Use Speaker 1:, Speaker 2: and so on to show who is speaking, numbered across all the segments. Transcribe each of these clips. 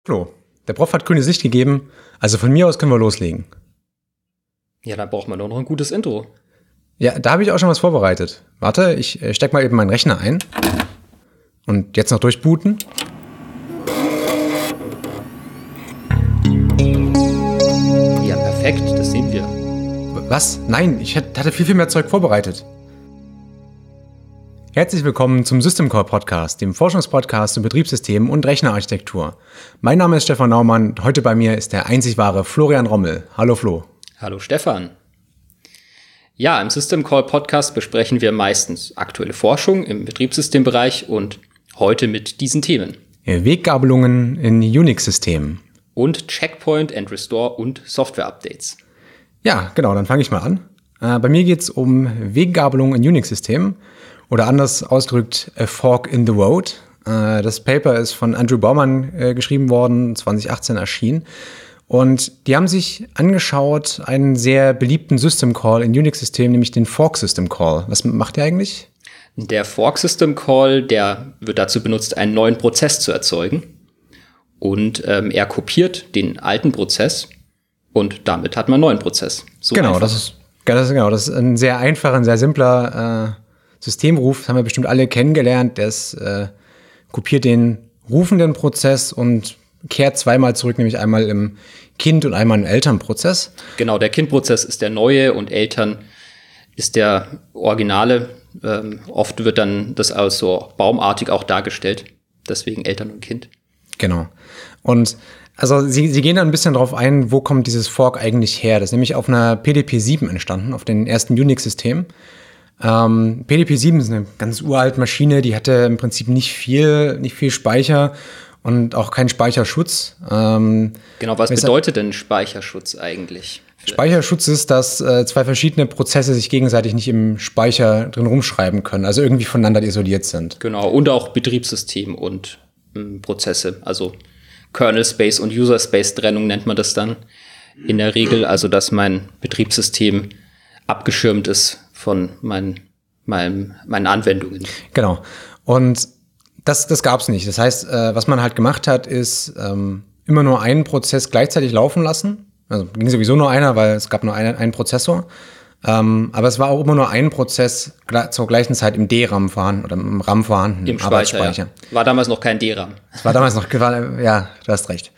Speaker 1: Flo, der Prof hat grünes Licht gegeben, also von mir aus können wir loslegen.
Speaker 2: Ja, dann braucht man doch noch ein gutes Intro.
Speaker 1: Ja, da habe ich auch schon was vorbereitet. Warte, ich steck mal eben meinen Rechner ein. Und jetzt noch durchbooten.
Speaker 2: Ja, perfekt, das sehen wir.
Speaker 1: Was? Nein, ich hatte viel mehr Zeug vorbereitet. Herzlich willkommen zum System Core Podcast, dem Forschungspodcast zu Betriebssystemen und Rechnerarchitektur. Mein Name ist Stefan Naumann, heute bei mir ist der einzig wahre Florian Rommel. Hallo Flo.
Speaker 2: Hallo Stefan. Ja, im System Core Podcast besprechen wir meistens aktuelle Forschung im Betriebssystembereich und heute mit diesen Themen.
Speaker 1: Weggabelungen in Unix-Systemen.
Speaker 2: Und Checkpoint and Restore und Software-Updates.
Speaker 1: Ja, genau, dann fange ich mal an. Bei mir geht es um Weggabelungen in Unix-Systemen oder anders ausgedrückt A Fork in the Road. Das Paper ist von Andrew Baumann geschrieben worden, 2018 erschienen. Und die haben sich angeschaut einen sehr beliebten System Call in Unix-Systemen, nämlich den Fork System Call. Was macht der eigentlich?
Speaker 2: Der Fork System Call, der wird dazu benutzt, einen neuen Prozess zu erzeugen. Und er kopiert den alten Prozess und damit hat man einen neuen Prozess. So
Speaker 1: genau,
Speaker 2: einfach.
Speaker 1: das ist ein sehr einfacher, ein sehr simpler Systemruf. Das haben wir bestimmt alle kennengelernt. Das kopiert den rufenden Prozess und kehrt zweimal zurück, nämlich einmal im Kind- und einmal im Elternprozess.
Speaker 2: Genau, der Kindprozess ist der neue und Eltern ist der originale. Oft wird dann das als so baumartig auch dargestellt. Deswegen Eltern und Kind. Genau.
Speaker 1: Und also Sie gehen da ein bisschen drauf ein, wo kommt dieses Fork eigentlich her? Das ist nämlich auf einer PDP-7 entstanden, auf den ersten Unix-Systemen. PDP-7 ist eine ganz uralte Maschine, die hatte im Prinzip nicht viel Speicher und auch keinen Speicherschutz.
Speaker 2: Genau, was bedeutet denn Speicherschutz eigentlich?
Speaker 1: Speicherschutz ist, dass zwei verschiedene Prozesse sich gegenseitig nicht im Speicher drin rumschreiben können, also irgendwie voneinander isoliert sind.
Speaker 2: Genau, und auch Betriebssystem und Prozesse, also Kernel Space und User Space Trennung nennt man das dann in der Regel, also dass mein Betriebssystem abgeschirmt ist von meinen Anwendungen.
Speaker 1: Genau. Und das gab's nicht. Das heißt, was man halt gemacht hat, ist immer nur einen Prozess gleichzeitig laufen lassen. Also ging sowieso nur einer, weil es gab nur einen Prozessor. Aber es war auch immer nur ein Prozess zur gleichen Zeit im DRAM vorhanden oder im RAM vorhanden.
Speaker 2: Im Arbeitsspeicher. Ja. War damals noch kein DRAM.
Speaker 1: Es war damals noch, ja, du hast recht.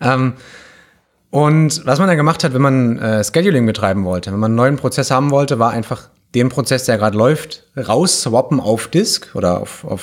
Speaker 1: Und was man dann gemacht hat, wenn man Scheduling betreiben wollte, wenn man einen neuen Prozess haben wollte, war einfach den Prozess, der gerade läuft, rausswappen auf Disk oder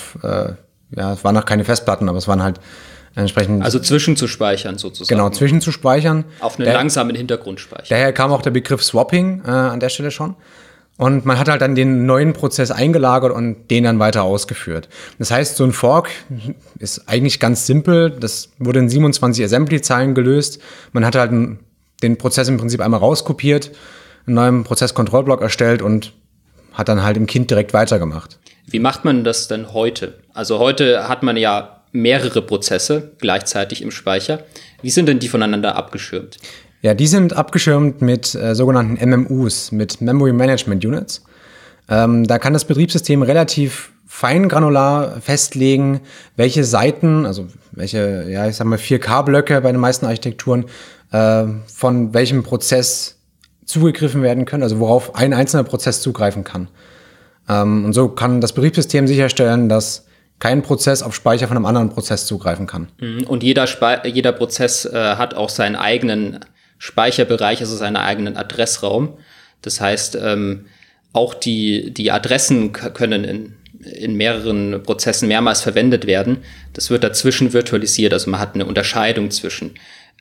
Speaker 1: es waren noch keine Festplatten, aber es waren halt entsprechend.
Speaker 2: Also zwischenzuspeichern sozusagen.
Speaker 1: Genau, zwischenzuspeichern.
Speaker 2: Auf einen langsamen Hintergrundspeicher.
Speaker 1: Daher kam auch der Begriff Swapping an der Stelle schon. Und man hat halt dann den neuen Prozess eingelagert und den dann weiter ausgeführt. Das heißt, so ein Fork ist eigentlich ganz simpel. Das wurde in 27 Assembly-Zeilen gelöst. Man hat halt den Prozess im Prinzip einmal rauskopiert, einen neuen Prozess-Control-Block erstellt und hat dann halt im Kind direkt weitergemacht.
Speaker 2: Wie macht man das denn heute? Also heute hat man ja mehrere Prozesse gleichzeitig im Speicher. Wie sind denn die voneinander abgeschirmt?
Speaker 1: Ja, die sind abgeschirmt mit sogenannten MMUs, mit Memory Management Units. Da kann das Betriebssystem relativ feingranular festlegen, welche Seiten, also welche, 4K-Blöcke bei den meisten Architekturen von welchem Prozess zugegriffen werden können, also worauf ein einzelner Prozess zugreifen kann. Und so kann das Betriebssystem sicherstellen, dass kein Prozess auf Speicher von einem anderen Prozess zugreifen kann.
Speaker 2: Und jeder Prozess hat auch seinen eigenen Speicherbereich, also seinen eigenen Adressraum. Das heißt, auch die Adressen können in mehreren Prozessen mehrmals verwendet werden. Das wird dazwischen virtualisiert. Also man hat eine Unterscheidung zwischen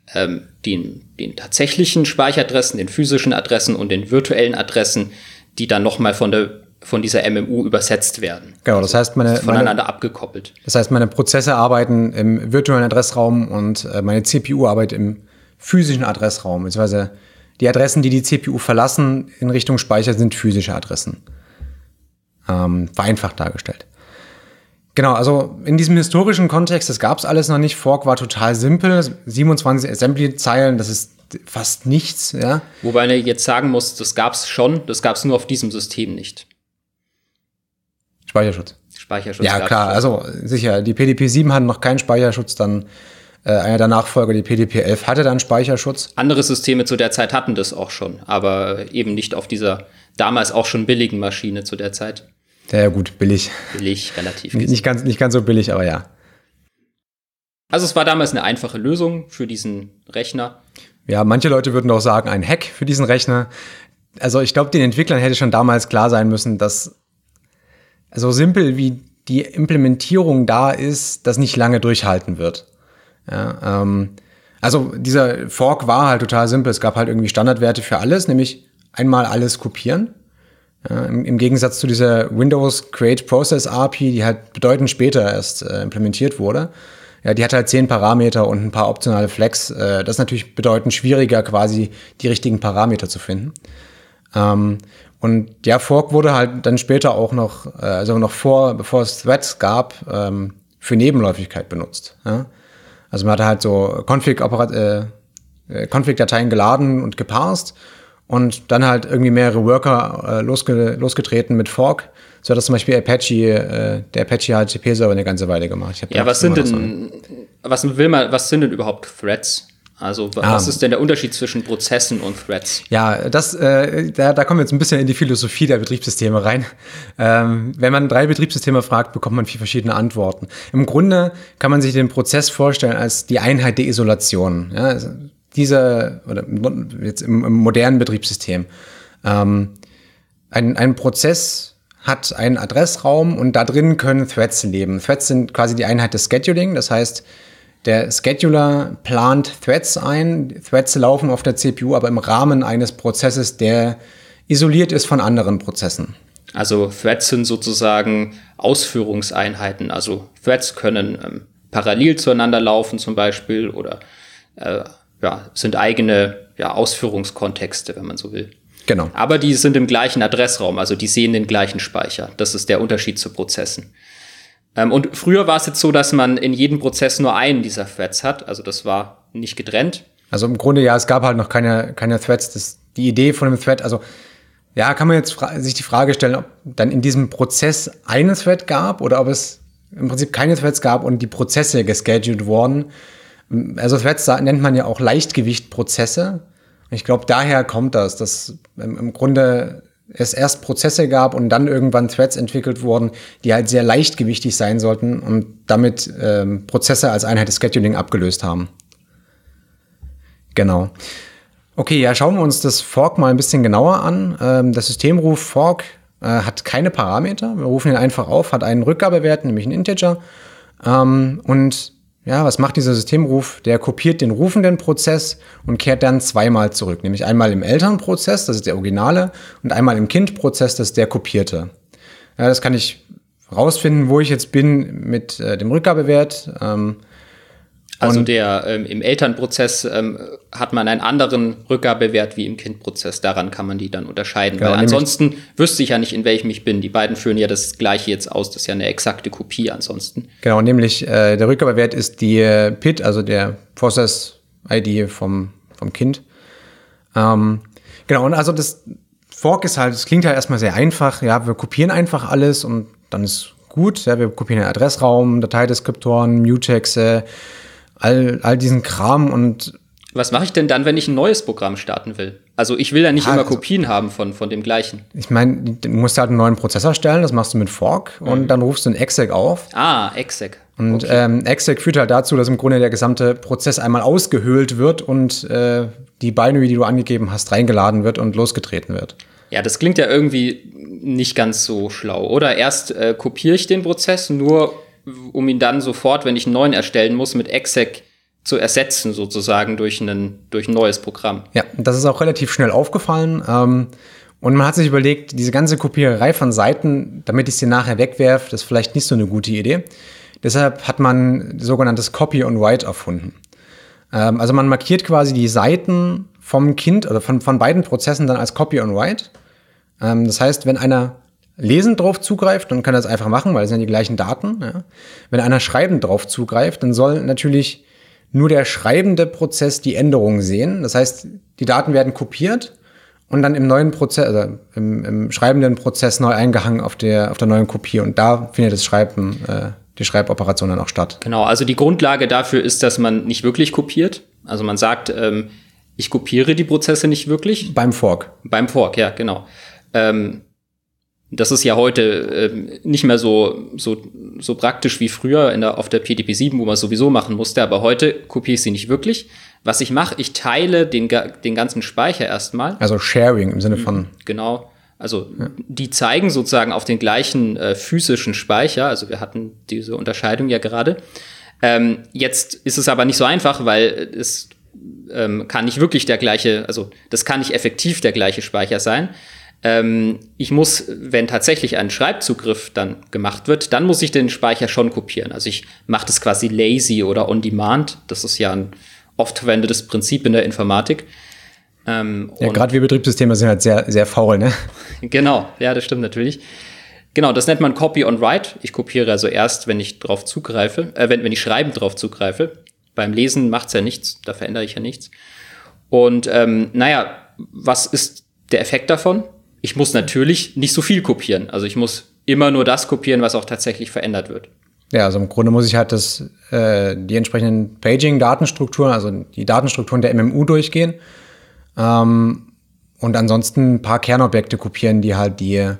Speaker 2: den tatsächlichen Speicheradressen, den physischen Adressen und den virtuellen Adressen, die dann nochmal von dieser MMU übersetzt werden.
Speaker 1: Genau, das heißt,
Speaker 2: voneinander abgekoppelt.
Speaker 1: Das heißt, meine Prozesse arbeiten im virtuellen Adressraum und meine CPU arbeitet im physischen Adressraum. Beziehungsweise die Adressen, die CPU verlassen in Richtung Speicher, sind physische Adressen. Vereinfacht dargestellt. Genau, also in diesem historischen Kontext, das gab es alles noch nicht. Fork war total simpel. 27 Assembly-Zeilen, das ist fast nichts. Ja.
Speaker 2: Wobei ich jetzt sagen muss, das gab es schon, das gab es nur auf diesem System nicht.
Speaker 1: Speicherschutz.
Speaker 2: Speicherschutz.
Speaker 1: Ja, klar, also sicher, die PDP-7 hatten noch keinen Speicherschutz, dann einer der Nachfolger, die PDP-11, hatte dann Speicherschutz.
Speaker 2: Andere Systeme zu der Zeit hatten das auch schon, aber eben nicht auf dieser damals auch schon billigen Maschine zu der Zeit.
Speaker 1: Ja, gut, billig.
Speaker 2: Billig, relativ.
Speaker 1: Nicht ganz so billig, aber ja.
Speaker 2: Also es war damals eine einfache Lösung für diesen Rechner.
Speaker 1: Ja, manche Leute würden auch sagen, ein Hack für diesen Rechner. Also ich glaube, den Entwicklern hätte schon damals klar sein müssen, dass so simpel wie die Implementierung da ist, das nicht lange durchhalten wird. Ja, also dieser Fork war halt total simpel. Es gab halt irgendwie Standardwerte für alles, nämlich einmal alles kopieren. Ja, im Gegensatz zu dieser Windows Create Process API, die halt bedeutend später erst implementiert wurde. Ja, die hat halt 10 Parameter und ein paar optionale Flags. Das ist natürlich bedeutend schwieriger, quasi die richtigen Parameter zu finden. Und der Fork wurde halt dann später auch noch, also noch bevor es Threads gab, für Nebenläufigkeit benutzt. Ja? Also man hat halt so Config-Dateien geladen und geparst und dann halt irgendwie mehrere Worker losgetreten mit Fork. So hat das zum Beispiel der Apache HTTP-Server eine ganze Weile gemacht.
Speaker 2: Ja, was sind denn überhaupt Threads? Also was ist denn der Unterschied zwischen Prozessen und Threads?
Speaker 1: Ja, da kommen wir jetzt ein bisschen in die Philosophie der Betriebssysteme rein. Wenn man 3 Betriebssysteme fragt, bekommt man 4 verschiedene Antworten. Im Grunde kann man sich den Prozess vorstellen als die Einheit der Isolation. Ja, oder jetzt im modernen Betriebssystem. Ein Prozess hat einen Adressraum und da drin können Threads leben. Threads sind quasi die Einheit des Scheduling, das heißt, der Scheduler plant Threads ein. Threads laufen auf der CPU, aber im Rahmen eines Prozesses, der isoliert ist von anderen Prozessen.
Speaker 2: Also Threads sind sozusagen Ausführungseinheiten. Also Threads können parallel zueinander laufen zum Beispiel oder sind eigene Ausführungskontexte, wenn man so will.
Speaker 1: Genau.
Speaker 2: Aber die sind im gleichen Adressraum, also die sehen den gleichen Speicher. Das ist der Unterschied zu Prozessen. Und früher war es jetzt so, dass man in jedem Prozess nur einen dieser Threads hat. Also das war nicht getrennt.
Speaker 1: Also im Grunde es gab halt noch keine Threads. Die Idee von einem Thread, also ja, kann man jetzt sich die Frage stellen, ob dann in diesem Prozess einen Thread gab oder ob es im Prinzip keine Threads gab und die Prozesse gescheduled wurden. Also Threads nennt man ja auch Leichtgewichtprozesse. Ich glaube, daher kommt das, dass im Grunde es erst Prozesse gab und dann irgendwann Threads entwickelt wurden, die halt sehr leichtgewichtig sein sollten und damit Prozesse als Einheit des Scheduling abgelöst haben. Genau. Okay, ja, schauen wir uns das Fork mal ein bisschen genauer an. Das Systemruf Fork hat keine Parameter. Wir rufen ihn einfach auf, hat einen Rückgabewert, nämlich einen Integer. Und ja, was macht dieser Systemruf? Der kopiert den rufenden Prozess und kehrt dann zweimal zurück. Nämlich einmal im Elternprozess, das ist der Originale, und einmal im Kindprozess, das ist der kopierte. Ja, das kann ich rausfinden, wo ich jetzt bin mit dem Rückgabewert.
Speaker 2: Also im Elternprozess hat man einen anderen Rückgabewert wie im Kindprozess. Daran kann man die dann unterscheiden. Genau, weil ansonsten wüsste ich ja nicht, in welchem ich bin. Die beiden führen ja das Gleiche jetzt aus. Das ist ja eine exakte Kopie ansonsten.
Speaker 1: Genau, nämlich der Rückgabewert ist die PID, also der Process-ID vom Kind. Genau, und also das Fork ist halt, es klingt halt erstmal sehr einfach. Ja, wir kopieren einfach alles und dann ist gut. Ja, wir kopieren den Adressraum, Dateideskriptoren, Mutexe, all diesen Kram. Und
Speaker 2: was mache ich denn dann, wenn ich ein neues Programm starten will? Also ich will ja nicht immer Kopien haben von dem gleichen.
Speaker 1: Ich meine, du musst halt einen neuen Prozessor stellen, das machst du mit Fork und dann rufst du einen exec auf.
Speaker 2: Ah, exec.
Speaker 1: Und okay. Exec führt halt dazu, dass im Grunde der gesamte Prozess einmal ausgehöhlt wird und die Binary, die du angegeben hast, reingeladen wird und losgetreten wird.
Speaker 2: Ja, das klingt ja irgendwie nicht ganz so schlau. Oder erst kopiere ich den Prozess nur, um ihn dann sofort, wenn ich einen neuen erstellen muss, mit exec zu ersetzen, sozusagen durch ein neues Programm.
Speaker 1: Ja, das ist auch relativ schnell aufgefallen. Und man hat sich überlegt, diese ganze Kopiererei von Seiten, damit ich sie nachher wegwerfe, das ist vielleicht nicht so eine gute Idee. Deshalb hat man sogenanntes Copy und Write erfunden. Also man markiert quasi die Seiten vom Kind oder von beiden Prozessen dann als Copy und Write. Das heißt, wenn einer lesend drauf zugreift, dann kann er das einfach machen, weil es sind ja die gleichen Daten. Ja. Wenn einer schreibend drauf zugreift, dann soll natürlich nur der schreibende Prozess die Änderungen sehen. Das heißt, die Daten werden kopiert und dann im neuen Prozess, also im schreibenden Prozess neu eingehangen auf der neuen Kopie. Und da findet das Schreiben die Schreiboperation dann auch statt.
Speaker 2: Genau, also die Grundlage dafür ist, dass man nicht wirklich kopiert. Also man sagt, ich kopiere die Prozesse nicht wirklich.
Speaker 1: Beim Fork.
Speaker 2: Beim Fork, ja, genau. Das ist ja heute nicht mehr so praktisch wie früher auf der PDP-7, wo man es sowieso machen musste, aber heute kopiere ich sie nicht wirklich. Was ich mache, ich teile den ganzen Speicher erstmal.
Speaker 1: Also Sharing im Sinne von...
Speaker 2: Genau, also die zeigen sozusagen auf den gleichen physischen Speicher, also wir hatten diese Unterscheidung ja gerade. Jetzt ist es aber nicht so einfach, weil es kann nicht wirklich der gleiche, also das kann nicht effektiv der gleiche Speicher sein. Ich muss, wenn tatsächlich ein Schreibzugriff dann gemacht wird, dann muss ich den Speicher schon kopieren. Also ich mache das quasi lazy oder on demand. Das ist ja ein oft verwendetes Prinzip in der Informatik.
Speaker 1: Ja, gerade wir Betriebssysteme sind halt sehr, sehr faul, ne?
Speaker 2: Genau, ja, das stimmt natürlich. Genau, das nennt man Copy on Write. Ich kopiere also erst, wenn ich drauf zugreife, wenn ich schreibend drauf zugreife. Beim Lesen macht's ja nichts, da verändere ich ja nichts. Und was ist der Effekt davon? Ich muss natürlich nicht so viel kopieren. Also ich muss immer nur das kopieren, was auch tatsächlich verändert wird.
Speaker 1: Ja, also im Grunde muss ich halt die entsprechenden Paging-Datenstrukturen, also die Datenstrukturen der MMU durchgehen und ansonsten ein paar Kernobjekte kopieren, die halt die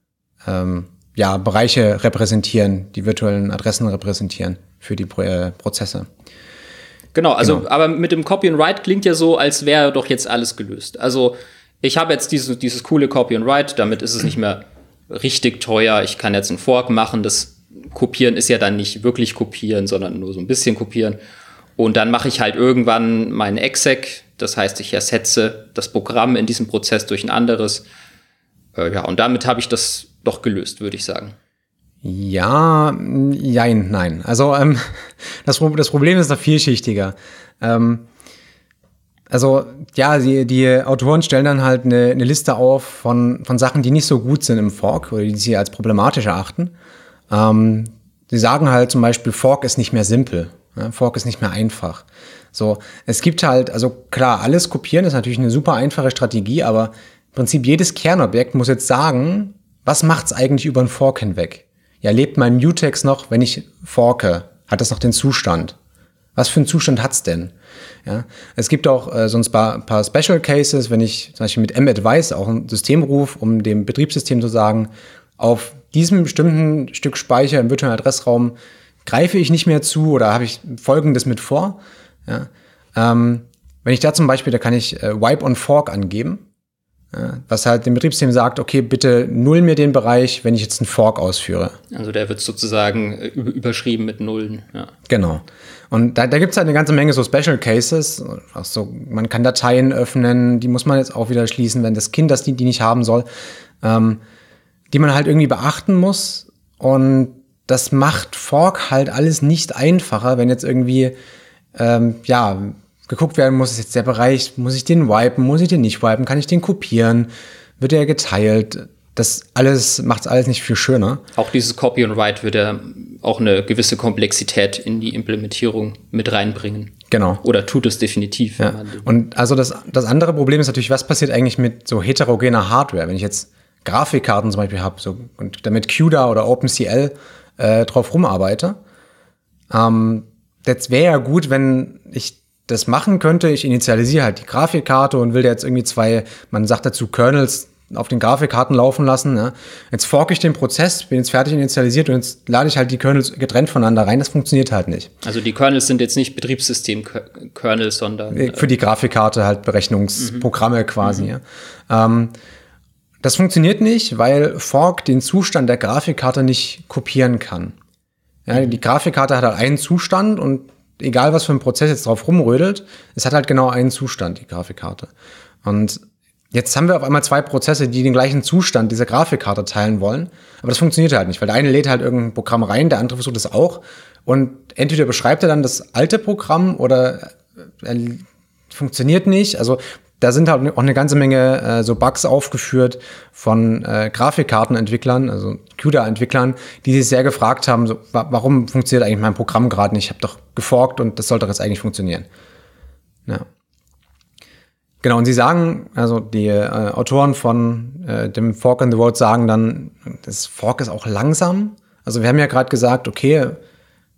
Speaker 1: Bereiche repräsentieren, die virtuellen Adressen repräsentieren für die Prozesse.
Speaker 2: Genau, aber mit dem Copy and Write klingt ja so, als wäre doch jetzt alles gelöst. Also ich habe jetzt dieses coole Copy and Write, damit ist es nicht mehr richtig teuer. Ich kann jetzt einen Fork machen. Das Kopieren ist ja dann nicht wirklich kopieren, sondern nur so ein bisschen kopieren. Und dann mache ich halt irgendwann meinen exec. Das heißt, ich ersetze das Programm in diesem Prozess durch ein anderes. Und damit habe ich das doch gelöst, würde ich sagen.
Speaker 1: Ja, nein. Also das Problem ist noch vielschichtiger. Die Autoren stellen dann halt eine Liste auf von Sachen, die nicht so gut sind im Fork oder die sie als problematisch erachten. Sie sagen halt zum Beispiel, Fork ist nicht mehr simpel. Ja, Fork ist nicht mehr einfach. So, es gibt halt, also klar, alles kopieren ist natürlich eine super einfache Strategie, aber im Prinzip jedes Kernobjekt muss jetzt sagen, was macht's eigentlich über einen Fork hinweg? Ja, lebt mein Mutex noch, wenn ich forke? Hat das noch den Zustand? Was für einen Zustand hat's denn? Ja, es gibt auch sonst ein paar Special Cases, wenn ich zum Beispiel mit M-Advice auch ein System rufe, um dem Betriebssystem zu sagen, auf diesem bestimmten Stück Speicher im virtuellen Adressraum greife ich nicht mehr zu oder habe ich Folgendes mit vor. Ja, wenn ich da zum Beispiel, da kann ich Wipe on Fork angeben, was halt dem Betriebssystem sagt, okay, bitte null mir den Bereich, wenn ich jetzt einen Fork ausführe.
Speaker 2: Also der wird sozusagen überschrieben mit Nullen. Ja.
Speaker 1: Genau. Und da gibt es halt eine ganze Menge so Special Cases. Auch so, man kann Dateien öffnen, die muss man jetzt auch wieder schließen, wenn das Kind die nicht haben soll, die man halt irgendwie beachten muss. Und das macht Fork halt alles nicht einfacher, wenn jetzt irgendwie geguckt werden muss, ist jetzt der Bereich, muss ich den wipen, muss ich den nicht wipen, kann ich den kopieren, wird der geteilt? Das alles macht es alles nicht viel schöner.
Speaker 2: Auch dieses Copy and Write würde ja auch eine gewisse Komplexität in die Implementierung mit reinbringen.
Speaker 1: Genau.
Speaker 2: Oder tut es definitiv.
Speaker 1: Ja. Und also das andere Problem ist natürlich, was passiert eigentlich mit so heterogener Hardware? Wenn ich jetzt Grafikkarten zum Beispiel habe und damit CUDA oder OpenCL drauf rumarbeite, das wäre ja gut, wenn ich das machen könnte. Ich initialisiere halt die Grafikkarte und will da jetzt irgendwie man sagt dazu Kernels auf den Grafikkarten laufen lassen. Ne? Jetzt forke ich den Prozess, bin jetzt fertig initialisiert und jetzt lade ich halt die Kernels getrennt voneinander rein. Das funktioniert halt nicht.
Speaker 2: Also die Kernels sind jetzt nicht Betriebssystem-Kernels, sondern
Speaker 1: für die Grafikkarte halt Berechnungsprogramme quasi. Ja. Das funktioniert nicht, weil Fork den Zustand der Grafikkarte nicht kopieren kann. Ja, die Grafikkarte hat halt einen Zustand und egal, was für ein Prozess jetzt drauf rumrödelt, es hat halt genau einen Zustand, die Grafikkarte. Und jetzt haben wir auf einmal zwei Prozesse, die den gleichen Zustand dieser Grafikkarte teilen wollen. Aber das funktioniert halt nicht, weil der eine lädt halt irgendein Programm rein, der andere versucht es auch. Und entweder beschreibt er dann das alte Programm oder er funktioniert nicht. Also da sind halt auch eine ganze Menge so Bugs aufgeführt von Grafikkartenentwicklern, also CUDA-Entwicklern, die sich sehr gefragt haben, so, warum funktioniert eigentlich mein Programm gerade nicht? Ich habe doch geforkt und das sollte doch jetzt eigentlich funktionieren. Ja. Genau, und sie sagen, also die Autoren von dem Fork in the Road sagen dann, das Fork ist auch langsam. Also wir haben ja gerade gesagt, okay,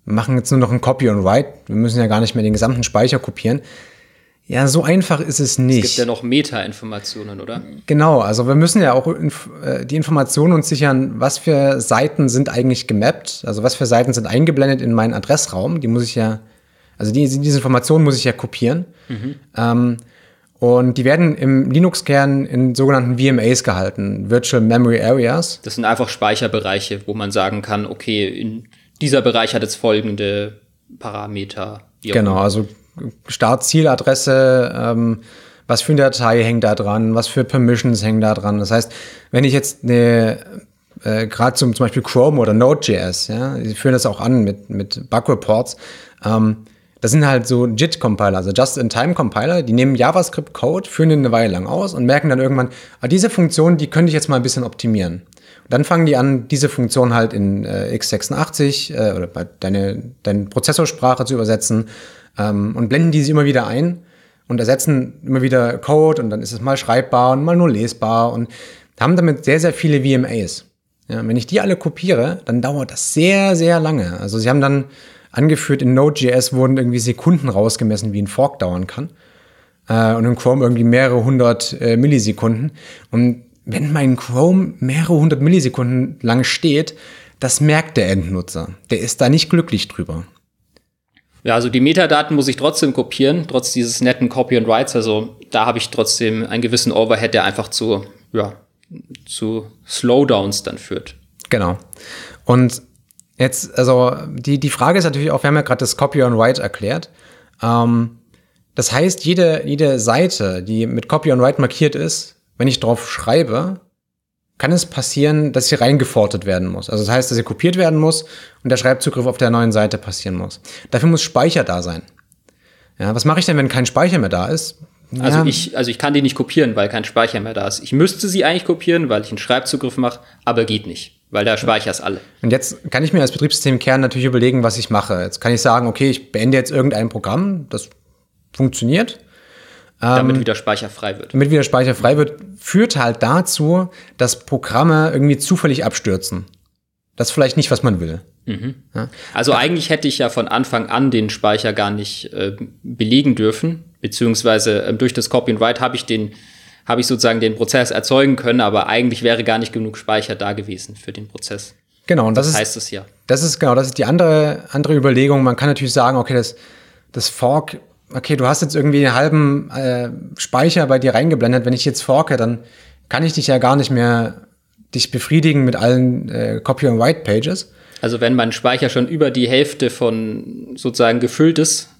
Speaker 1: machen jetzt nur noch ein Copy und Write, wir müssen ja gar nicht mehr den gesamten Speicher kopieren. Ja, so einfach ist es nicht.
Speaker 2: Es gibt ja noch Meta-Informationen, oder?
Speaker 1: Genau, also wir müssen ja auch die Informationen uns sichern, was für Seiten sind eigentlich gemappt, also was für Seiten sind eingeblendet in meinen Adressraum, die muss ich ja, also diese Informationen muss ich ja kopieren. Und die werden im Linux-Kern in sogenannten VMAs gehalten, Virtual Memory Areas.
Speaker 2: Das sind einfach Speicherbereiche, wo man sagen kann, okay, in dieser Bereich hat jetzt folgende Parameter.
Speaker 1: Genau, also Start-Ziel-Adresse, was für eine Datei hängt da dran, was für Permissions hängen da dran. Das heißt, wenn ich jetzt gerade zum Beispiel Chrome oder Node.js, ja, die führen das auch an mit Bug-Reports, das sind halt so JIT-Compiler, also Just-in-Time-Compiler, die nehmen JavaScript-Code, führen den eine Weile lang aus und merken dann irgendwann, diese Funktion, die könnte ich jetzt mal ein bisschen optimieren. Und dann fangen die an, diese Funktion halt in x86 oder bei deine Prozessorsprache zu übersetzen und blenden diese immer wieder ein und ersetzen immer wieder Code und dann ist es mal schreibbar und mal nur lesbar und haben damit sehr, sehr viele VMAs. Ja, wenn ich die alle kopiere, dann dauert das sehr, sehr lange. Also sie haben dann angeführt, in Node.js wurden irgendwie Sekunden rausgemessen, wie ein Fork dauern kann. Und in Chrome irgendwie mehrere hundert Millisekunden. Und wenn mein Chrome mehrere hundert Millisekunden lang steht, das merkt der Endnutzer. Der ist da nicht glücklich drüber.
Speaker 2: Ja, also die Metadaten muss ich trotzdem kopieren, trotz dieses netten Copy and Writes. Also da habe ich trotzdem einen gewissen Overhead, der einfach zu Slowdowns dann führt.
Speaker 1: Genau. Und jetzt, also die Frage ist natürlich auch, wir haben ja gerade das Copy and Write erklärt. Das heißt, jede Seite, die mit Copy and Write markiert ist, wenn ich drauf schreibe, kann es passieren, dass sie reingefortet werden muss. Also das heißt, dass sie kopiert werden muss und der Schreibzugriff auf der neuen Seite passieren muss. Dafür muss Speicher da sein. Ja, was mache ich denn, wenn kein Speicher mehr da ist? Ja.
Speaker 2: Also ich kann die nicht kopieren, weil kein Speicher mehr da ist. Ich müsste sie eigentlich kopieren, weil ich einen Schreibzugriff mache, aber geht nicht, weil der Speicher ist alle.
Speaker 1: Und jetzt kann ich mir als Betriebssystemkern natürlich überlegen, was ich mache. Jetzt kann ich sagen, okay, ich beende jetzt irgendein Programm, das funktioniert.
Speaker 2: Damit wieder Speicher frei wird.
Speaker 1: Damit wieder Speicher frei wird, führt halt dazu, dass Programme irgendwie zufällig abstürzen. Das ist vielleicht nicht, was man will.
Speaker 2: Mhm. Ja. Also eigentlich hätte ich ja von Anfang an den Speicher gar nicht belegen dürfen, beziehungsweise durch das Copy and Write habe ich sozusagen den Prozess erzeugen können, aber eigentlich wäre gar nicht genug Speicher da gewesen für den Prozess.
Speaker 1: Genau, und das
Speaker 2: heißt es ja.
Speaker 1: Das ist die andere Überlegung. Man kann natürlich sagen, okay, das Fork, okay, du hast jetzt irgendwie einen halben Speicher bei dir reingeblendet. Wenn ich jetzt forke, dann kann ich dich ja gar nicht mehr befriedigen mit allen Copy and Write Pages.
Speaker 2: Also wenn mein Speicher schon über die Hälfte von sozusagen gefüllt ist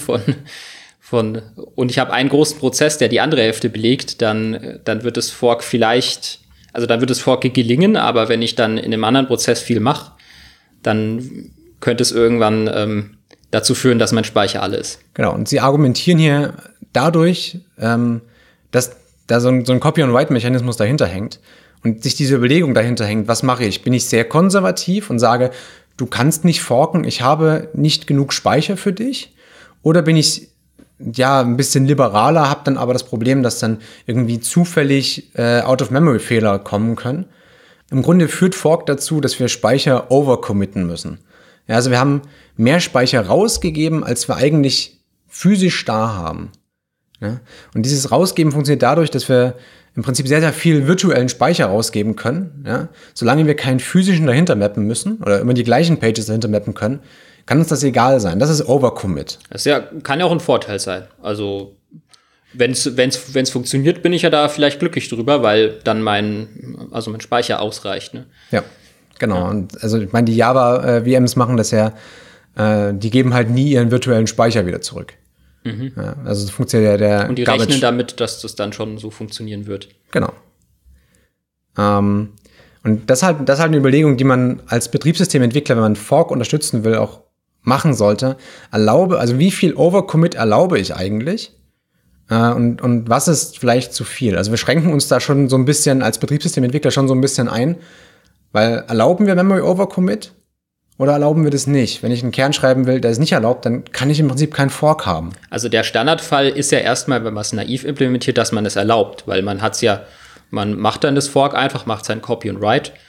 Speaker 2: und ich habe einen großen Prozess, der die andere Hälfte belegt, dann wird das Fork gelingen, aber wenn ich dann in einem anderen Prozess viel mache, dann könnte es irgendwann dazu führen, dass mein Speicher alle ist.
Speaker 1: Genau, und sie argumentieren hier dadurch, dass da so ein Copy-and-Write-Mechanismus dahinter hängt und sich diese Überlegung dahinter hängt, was mache ich? Bin ich sehr konservativ und sage, du kannst nicht forken, ich habe nicht genug Speicher für dich? Oder bin ich ein bisschen liberaler, habe dann aber das Problem, dass dann irgendwie zufällig Out-of-Memory-Fehler kommen können? Im Grunde führt Fork dazu, dass wir Speicher overcommitten müssen. Ja, also wir haben mehr Speicher rausgegeben, als wir eigentlich physisch da haben. Ja? Und dieses Rausgeben funktioniert dadurch, dass wir im Prinzip sehr, sehr viel virtuellen Speicher rausgeben können. Ja? Solange wir keinen physischen dahinter mappen müssen oder immer die gleichen Pages dahinter mappen können, kann uns das egal sein. Das ist Overcommit.
Speaker 2: Das kann ja auch ein Vorteil sein. Also wenn's funktioniert, bin ich ja da vielleicht glücklich drüber, weil dann mein Speicher ausreicht. Ne?
Speaker 1: Ja, genau. Ja. Und also ich meine, die Java-VMs machen das ja, die geben halt nie ihren virtuellen Speicher wieder zurück. Mhm. Ja, also es funktioniert ja
Speaker 2: und die rechnen damit, dass das dann schon so funktionieren wird.
Speaker 1: Genau. Und das ist halt eine Überlegung, die man als Betriebssystementwickler, wenn man Fork unterstützen will, auch machen sollte. Also wie viel Overcommit erlaube ich eigentlich? Und was ist vielleicht zu viel? Also wir schränken uns da schon so ein bisschen als Betriebssystementwickler schon so ein bisschen ein, weil erlauben wir Memory Overcommit oder erlauben wir das nicht? Wenn ich einen Kern schreiben will, der es nicht erlaubt, dann kann ich im Prinzip keinen Fork haben.
Speaker 2: Also der Standardfall ist ja erstmal, wenn man es naiv implementiert, dass man es erlaubt, weil man macht dann das Fork einfach, macht sein Copy and Write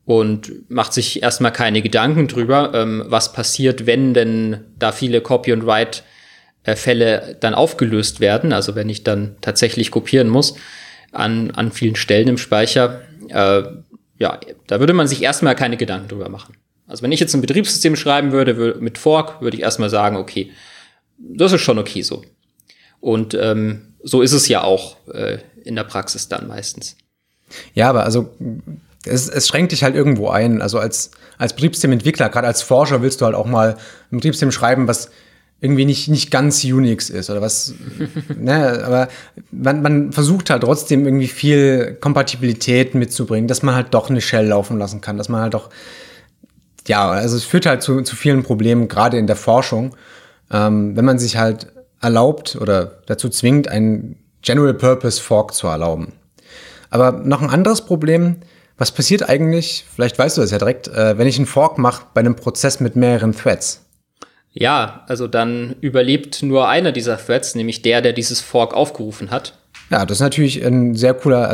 Speaker 2: und macht sich erstmal keine Gedanken drüber, was passiert, wenn denn da viele Copy- und Write-Fälle dann aufgelöst werden, also wenn ich dann tatsächlich kopieren muss an vielen Stellen im Speicher. Ja, da würde man sich erstmal keine Gedanken drüber machen. Also wenn ich jetzt ein Betriebssystem schreiben würde mit Fork, würde ich erstmal sagen, okay, das ist schon okay so. Und so ist es ja auch in der Praxis dann meistens.
Speaker 1: Ja, aber also es schränkt dich halt irgendwo ein. Also als Betriebssystementwickler, gerade als Forscher willst du halt auch mal ein Betriebssystem schreiben, was irgendwie nicht ganz Unix ist oder was, ne, aber man versucht halt trotzdem irgendwie viel Kompatibilität mitzubringen, dass man halt doch eine Shell laufen lassen kann, dass man halt doch, ja, also es führt halt zu vielen Problemen, gerade in der Forschung, wenn man sich halt erlaubt oder dazu zwingt, einen General-Purpose-Fork zu erlauben. Aber noch ein anderes Problem, was passiert eigentlich, vielleicht weißt du das ja direkt, wenn ich einen Fork mache bei einem Prozess mit mehreren Threads?
Speaker 2: Ja, also dann überlebt nur einer dieser Threads, nämlich der dieses Fork aufgerufen hat.
Speaker 1: Ja, das ist natürlich ein sehr cooler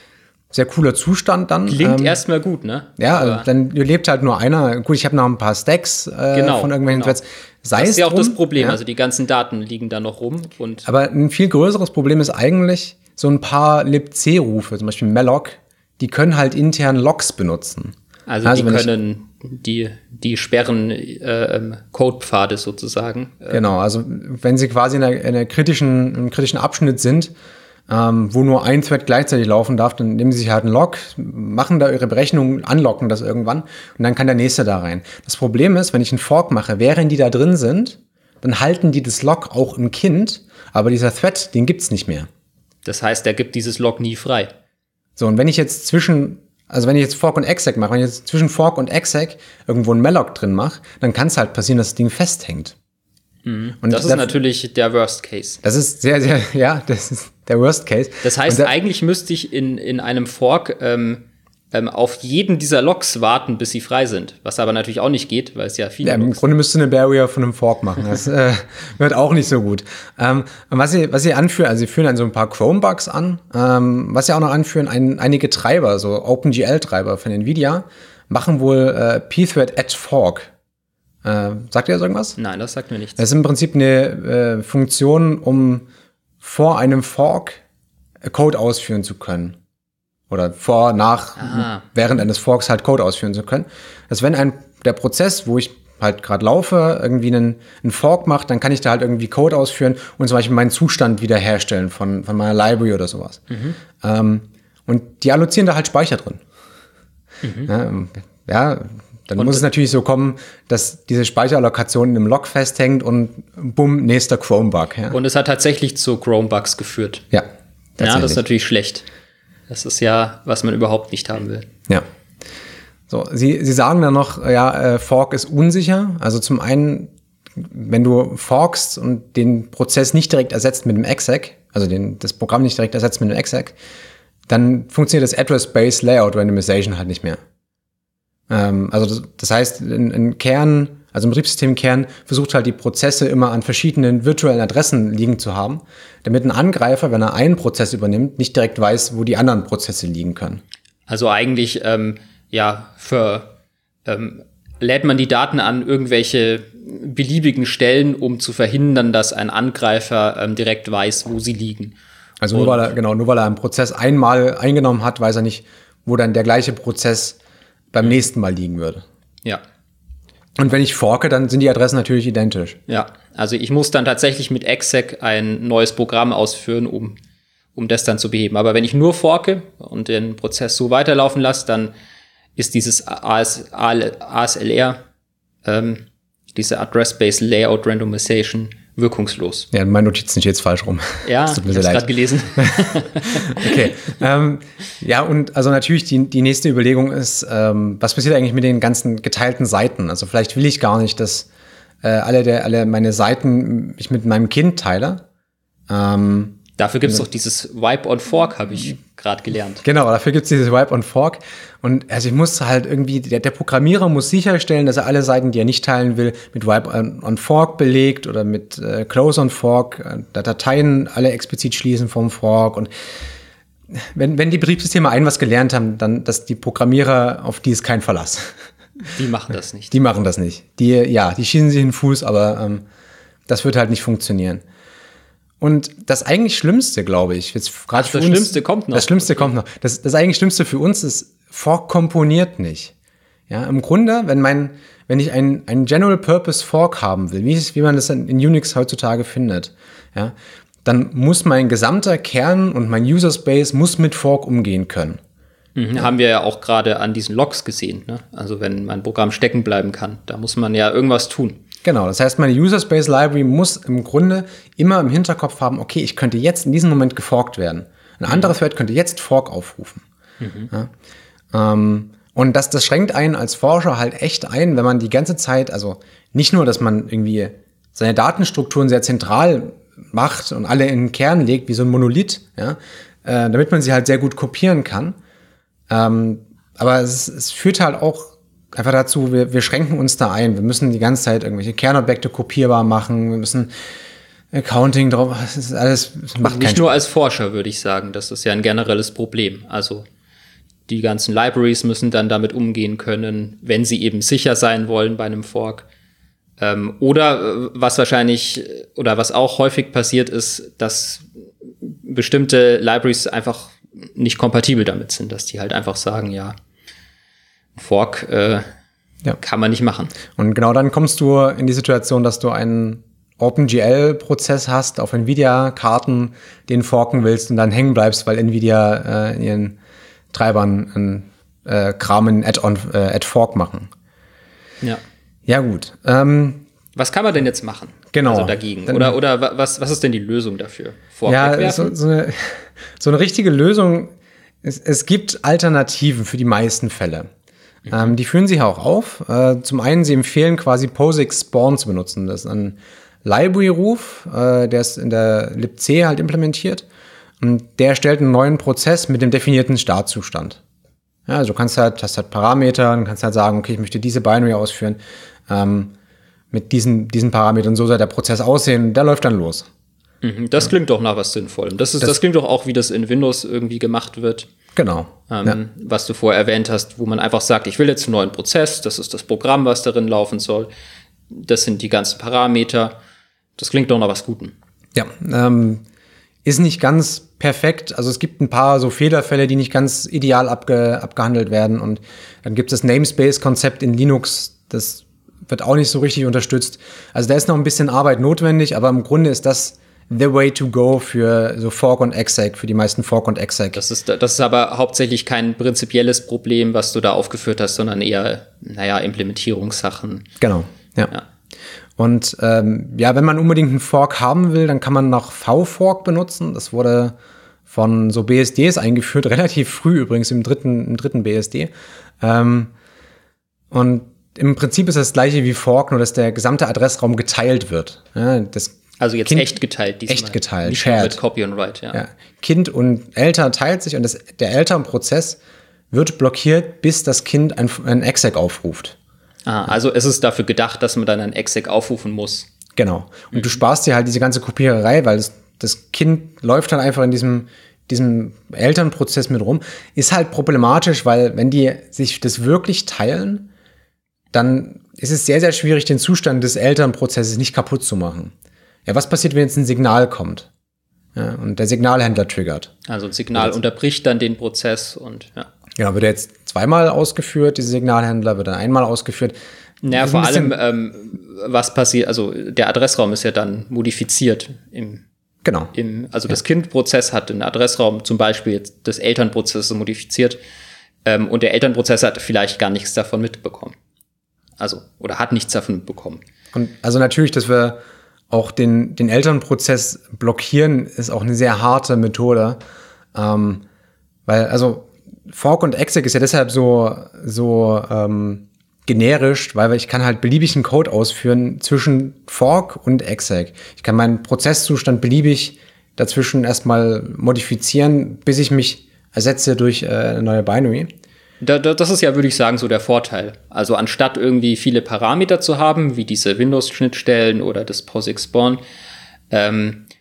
Speaker 1: Zustand dann.
Speaker 2: Klingt erstmal gut, ne?
Speaker 1: Ja, also dann überlebt halt nur einer. Gut, ich habe noch ein paar Stacks von irgendwelchen Threads.
Speaker 2: Das ist ja auch das Problem, ja. Also die ganzen Daten liegen da noch rum.
Speaker 1: Aber ein viel größeres Problem ist eigentlich so ein paar libc-Rufe, zum Beispiel malloc, die können halt intern Logs benutzen.
Speaker 2: Also die können die sperren Codepfade sozusagen.
Speaker 1: Genau, also wenn sie quasi in einem kritischen Abschnitt sind, wo nur ein Thread gleichzeitig laufen darf, dann nehmen sie sich halt einen Log, machen da ihre Berechnungen, unlocken das irgendwann und dann kann der nächste da rein. Das Problem ist, wenn ich einen Fork mache, während die da drin sind, dann halten die das Log auch im Kind, aber dieser Thread, den gibt's nicht mehr.
Speaker 2: Das heißt, der gibt dieses Log nie frei.
Speaker 1: So, und wenn ich jetzt Fork und Exec mache, wenn ich jetzt zwischen Fork und Exec irgendwo ein malloc drin mache, dann kann es halt passieren, dass das Ding festhängt.
Speaker 2: Mhm. Und das ist natürlich der Worst Case.
Speaker 1: Das ist sehr, sehr, ja, das ist der Worst Case.
Speaker 2: Das heißt, eigentlich müsste ich in einem Fork auf jeden dieser Logs warten, bis sie frei sind. Was aber natürlich auch nicht geht, weil es ja viele
Speaker 1: Logs sind. Im Grunde müsste eine Barrier von einem Fork machen. Das wird auch nicht so gut. Und was sie anführen, also sie führen dann so ein paar Chrome-Bugs an. Was sie auch noch anführen, einige Treiber, so OpenGL-Treiber von NVIDIA, machen wohl pthread-add-fork. Sagt ihr das irgendwas?
Speaker 2: Nein, das sagt mir nichts.
Speaker 1: Das ist im Prinzip eine Funktion, um vor einem Fork Code ausführen zu können. Oder während eines Forks halt Code ausführen zu können. Dass wenn der Prozess, wo ich halt gerade laufe, irgendwie einen Fork macht, dann kann ich da halt irgendwie Code ausführen und zum Beispiel meinen Zustand wiederherstellen von meiner Library oder sowas. Mhm. Und die allozieren da halt Speicher drin. Mhm. Dann muss es natürlich so kommen, dass diese Speicherallokation in einem Log festhängt und bumm, nächster Chrome-Bug. Ja.
Speaker 2: Und es hat tatsächlich zu Chrome-Bugs geführt.
Speaker 1: Ja,
Speaker 2: das ist natürlich schlecht. Das ist ja, was man überhaupt nicht haben will.
Speaker 1: Ja. So, Sie sagen dann noch, Fork ist unsicher. Also zum einen, wenn du forkst und den Prozess nicht direkt ersetzt mit einem exec, also das Programm nicht direkt ersetzt mit einem exec, dann funktioniert das Address-Based Layout Randomization halt nicht mehr. Also das heißt, ein Betriebssystemkern versucht halt die Prozesse immer an verschiedenen virtuellen Adressen liegen zu haben, damit ein Angreifer, wenn er einen Prozess übernimmt, nicht direkt weiß, wo die anderen Prozesse liegen können.
Speaker 2: Also eigentlich, lädt man die Daten an irgendwelche beliebigen Stellen, um zu verhindern, dass ein Angreifer direkt weiß, wo sie liegen.
Speaker 1: Also nur weil er einen Prozess einmal eingenommen hat, weiß er nicht, wo dann der gleiche Prozess beim nächsten Mal liegen würde.
Speaker 2: Ja.
Speaker 1: Und wenn ich forke, dann sind die Adressen natürlich identisch.
Speaker 2: Ja, also ich muss dann tatsächlich mit exec ein neues Programm ausführen, um das dann zu beheben. Aber wenn ich nur forke und den Prozess so weiterlaufen lasse, dann ist dieses ASLR, diese Address-Based Layout Randomization, wirkungslos.
Speaker 1: Ja, in meinen Notizen steht es falsch rum.
Speaker 2: Ja, ich habe es gerade gelesen.
Speaker 1: Okay. Und also natürlich die nächste Überlegung ist, was passiert eigentlich mit den ganzen geteilten Seiten? Also vielleicht will ich gar nicht, dass alle meine Seiten ich mit meinem Kind teile.
Speaker 2: Dafür gibt es doch dieses Wipe on Fork, habe ich gerade gelernt.
Speaker 1: Genau, dafür gibt es dieses Wipe on Fork. Und also ich muss halt irgendwie, der Programmierer muss sicherstellen, dass er alle Seiten, die er nicht teilen will, mit Wipe on Fork belegt oder mit Close on Fork, Dateien alle explizit schließen vom Fork. Und wenn die Betriebssysteme was gelernt haben, dann, dass die Programmierer, auf die ist kein Verlass.
Speaker 2: Die machen das nicht.
Speaker 1: Die machen das nicht. Die schießen sich in den Fuß, aber das wird halt nicht funktionieren. Und das eigentlich Schlimmste, glaube ich, jetzt gerade für uns. Das Schlimmste kommt noch. Das Schlimmste kommt noch. Das eigentlich Schlimmste für uns ist, Fork komponiert nicht. Ja, im Grunde, wenn ich ein General Purpose Fork haben will, wie man das in Unix heutzutage findet, ja, dann muss mein gesamter Kern und mein User Space muss mit Fork umgehen können.
Speaker 2: Ja. Haben wir ja auch gerade an diesen Logs gesehen, ne? Also wenn mein Programm stecken bleiben kann, da muss man ja irgendwas tun.
Speaker 1: Genau, das heißt, meine User Space Library muss im Grunde immer im Hinterkopf haben, okay, ich könnte jetzt in diesem Moment geforkt werden. Ein anderer Thread könnte jetzt Fork aufrufen. Ja? Und das schränkt einen als Forscher halt echt ein, wenn man die ganze Zeit, also nicht nur, dass man irgendwie seine Datenstrukturen sehr zentral macht und alle in den Kern legt, wie so ein Monolith, ja, damit man sie halt sehr gut kopieren kann. Aber es führt halt auch einfach dazu, wir schränken uns da ein. Wir müssen die ganze Zeit irgendwelche Kernobjekte kopierbar machen. Wir müssen Accounting drauf. Das ist alles. Das macht
Speaker 2: nicht nur als Forscher, würde ich sagen. Das ist ja ein generelles Problem. Also die ganzen Libraries müssen dann damit umgehen können, wenn sie eben sicher sein wollen bei einem Fork. Oder was wahrscheinlich oder was auch häufig passiert ist, dass bestimmte Libraries einfach nicht kompatibel damit sind, dass die halt einfach sagen, ja, Fork kann man nicht machen.
Speaker 1: Und genau dann kommst du in die Situation, dass du einen OpenGL-Prozess hast, auf NVIDIA-Karten den forken willst und dann hängen bleibst, weil NVIDIA in ihren Treibern einen Kram in Add-Fork machen.
Speaker 2: Ja.
Speaker 1: Ja, gut.
Speaker 2: Was kann man denn jetzt machen?
Speaker 1: Genau.
Speaker 2: Also dagegen? Oder was ist denn die Lösung dafür?
Speaker 1: So eine richtige Lösung, es gibt Alternativen für die meisten Fälle. Die führen sich auch auf. Zum einen, sie empfehlen quasi POSIX Spawn zu benutzen. Das ist ein Library-Ruf, der ist in der libc halt implementiert. Und der erstellt einen neuen Prozess mit dem definierten Startzustand. Ja, also hast halt Parameter und kannst halt sagen, okay, ich möchte diese Binary ausführen. Mit diesen Parametern, so soll der Prozess aussehen, und der läuft dann los.
Speaker 2: Das klingt doch nach was Sinnvollem. Das klingt doch auch, wie das in Windows irgendwie gemacht wird.
Speaker 1: Genau.
Speaker 2: Was du vorher erwähnt hast, wo man einfach sagt, ich will jetzt einen neuen Prozess, das ist das Programm, was darin laufen soll. Das sind die ganzen Parameter. Das klingt doch nach was Gutem.
Speaker 1: Ja, ist nicht ganz perfekt. Also es gibt ein paar so Fehlerfälle, die nicht ganz ideal abgehandelt werden. Und dann gibt es das Namespace-Konzept in Linux, das wird auch nicht so richtig unterstützt. Also da ist noch ein bisschen Arbeit notwendig, aber im Grunde ist das the way to go für so Fork und Exec, für die meisten Fork und Exec.
Speaker 2: Das ist aber hauptsächlich kein prinzipielles Problem, was du da aufgeführt hast, sondern eher, Implementierungssachen.
Speaker 1: Genau, ja. Und wenn man unbedingt einen Fork haben will, dann kann man noch VFork benutzen. Das wurde von so BSDs eingeführt, relativ früh übrigens im dritten BSD. Und im Prinzip ist das gleiche wie Fork, nur dass der gesamte Adressraum geteilt wird. Ja,
Speaker 2: also jetzt echt geteilt diesmal.
Speaker 1: Echt geteilt,
Speaker 2: nicht shared. Mit Copy and Write, ja.
Speaker 1: Kind und Eltern teilt sich und der Elternprozess wird blockiert, bis das Kind ein Exec aufruft.
Speaker 2: Also es ist dafür gedacht, dass man dann ein Exec aufrufen muss.
Speaker 1: Genau. Und du sparst dir halt diese ganze Kopiererei, weil das Kind läuft dann einfach in diesem Elternprozess mit rum. Ist halt problematisch, weil wenn die sich das wirklich teilen, dann ist es sehr, sehr schwierig, den Zustand des Elternprozesses nicht kaputt zu machen. Ja, was passiert, wenn jetzt ein Signal kommt? Ja, und der Signalhändler triggert.
Speaker 2: Also ein Signal unterbricht dann den Prozess und ja.
Speaker 1: Genau, wird er jetzt zweimal ausgeführt, diese Signalhändler, wird dann einmal ausgeführt.
Speaker 2: Ja, vor allem, was passiert, also der Adressraum ist ja dann modifiziert.
Speaker 1: Genau.
Speaker 2: Das Kindprozess hat den Adressraum zum Beispiel des Elternprozesses modifiziert und der Elternprozess hat vielleicht gar nichts davon mitbekommen. Oder hat nichts davon mitbekommen.
Speaker 1: Und also natürlich, dass wir auch den Elternprozess blockieren, ist auch eine sehr harte Methode. Weil, Fork und Exec ist ja deshalb so generisch, weil ich kann halt beliebigen Code ausführen zwischen Fork und Exec. Ich kann meinen Prozesszustand beliebig dazwischen erstmal modifizieren, bis ich mich ersetze durch eine neue Binary.
Speaker 2: Das ist ja, würde ich sagen, so der Vorteil. Also anstatt irgendwie viele Parameter zu haben, wie diese Windows-Schnittstellen oder das POSIX Spawn,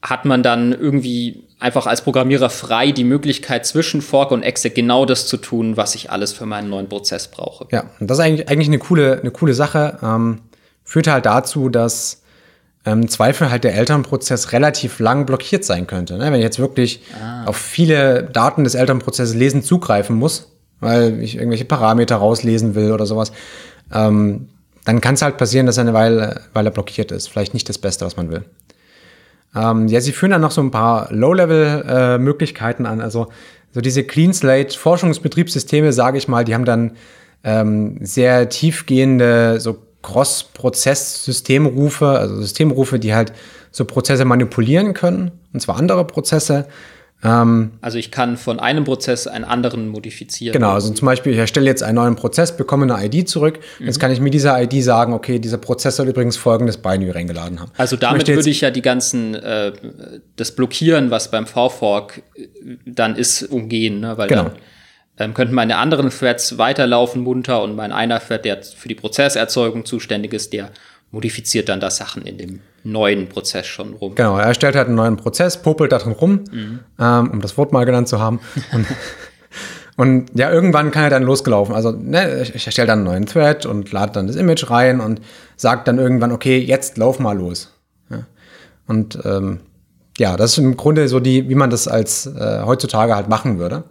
Speaker 2: hat man dann irgendwie einfach als Programmierer frei die Möglichkeit, zwischen Fork und Exec genau das zu tun, was ich alles für meinen neuen Prozess brauche.
Speaker 1: Ja, und das ist eigentlich eine coole Sache. Führt halt dazu, dass im Zweifel halt der Elternprozess relativ lang blockiert sein könnte. Ne? Wenn ich jetzt wirklich auf viele Daten des Elternprozesses lesend zugreifen muss, weil ich irgendwelche Parameter rauslesen will oder sowas, dann kann es halt passieren, dass er eine Weile blockiert ist. Vielleicht nicht das Beste, was man will. Sie führen dann noch so ein paar Low-Level-Möglichkeiten an. Also so diese Clean Slate-Forschungsbetriebssysteme, sage ich mal, die haben dann sehr tiefgehende so Cross-Prozess-Systemrufe, also Systemrufe, die halt so Prozesse manipulieren können, und zwar andere Prozesse.
Speaker 2: Also ich kann von einem Prozess einen anderen modifizieren.
Speaker 1: Genau, also zum Beispiel, ich erstelle jetzt einen neuen Prozess, bekomme eine ID zurück. Jetzt kann ich mit dieser ID sagen, okay, dieser Prozess soll übrigens folgendes Binary reingeladen haben.
Speaker 2: Also damit würde ich ja die ganzen, das Blockieren, was beim V-Fork dann ist, umgehen, ne? Weil
Speaker 1: genau.
Speaker 2: Dann könnten meine anderen Threads weiterlaufen munter und mein einer Thread, der für die Prozesserzeugung zuständig ist, der modifiziert dann da Sachen in dem neuen Prozess schon rum.
Speaker 1: Genau, er erstellt halt einen neuen Prozess, popelt da drin rum, um das Wort mal genannt zu haben. Und ja, irgendwann kann er dann losgelaufen. Also ich erstelle dann einen neuen Thread und lade dann das Image rein und sagt dann irgendwann, okay, jetzt lauf mal los. Ja. Und ja, das ist im Grunde so wie man das als heutzutage halt machen würde.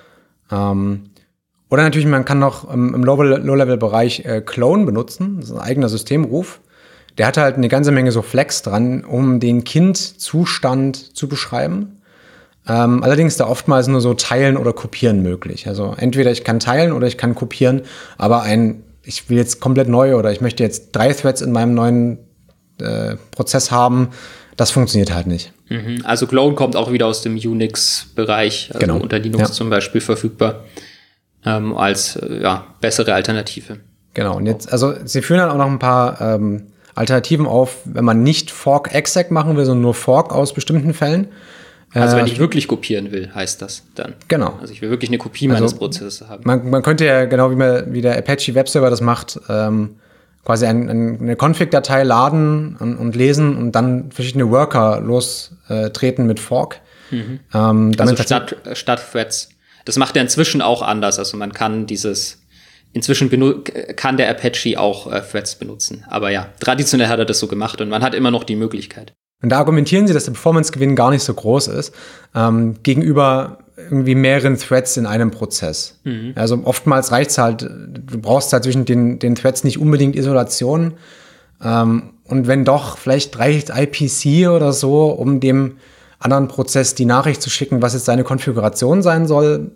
Speaker 1: Oder natürlich, man kann noch im Low-Level-Bereich Clone benutzen. Das ist ein eigener Systemruf. Der hat halt eine ganze Menge so Flags dran, um den Kindzustand zu beschreiben. Allerdings da oftmals nur so Teilen oder Kopieren möglich. Also entweder ich kann teilen oder ich kann kopieren, aber ich will jetzt komplett neu oder ich möchte jetzt 3 Threads in meinem neuen Prozess haben, das funktioniert halt nicht.
Speaker 2: Also Clone kommt auch wieder aus dem Unix-Bereich, also
Speaker 1: genau.
Speaker 2: Unter Linux zum Beispiel verfügbar, als bessere Alternative.
Speaker 1: Genau, und jetzt, also sie führen dann auch noch ein paar Alternativen auf, wenn man nicht Fork-Exec machen will, sondern nur Fork aus bestimmten Fällen.
Speaker 2: Also wenn ich wirklich kopieren will, heißt das dann.
Speaker 1: Genau.
Speaker 2: Also ich will wirklich eine Kopie meines Prozesses haben.
Speaker 1: Man könnte ja, genau wie der Apache Webserver das macht, quasi eine Config-Datei laden und lesen und dann verschiedene Worker lostreten mit Fork.
Speaker 2: Also statt Threads. Das macht er inzwischen auch anders. Also man kann inzwischen kann der Apache auch Threads benutzen. Aber ja, traditionell hat er das so gemacht und man hat immer noch die Möglichkeit.
Speaker 1: Und da argumentieren sie, dass der Performance-Gewinn gar nicht so groß ist, gegenüber irgendwie mehreren Threads in einem Prozess. Also oftmals reicht's halt, du brauchst halt zwischen den Threads nicht unbedingt Isolation. Und wenn doch, vielleicht reicht IPC oder so, um dem anderen Prozess die Nachricht zu schicken, was jetzt seine Konfiguration sein soll.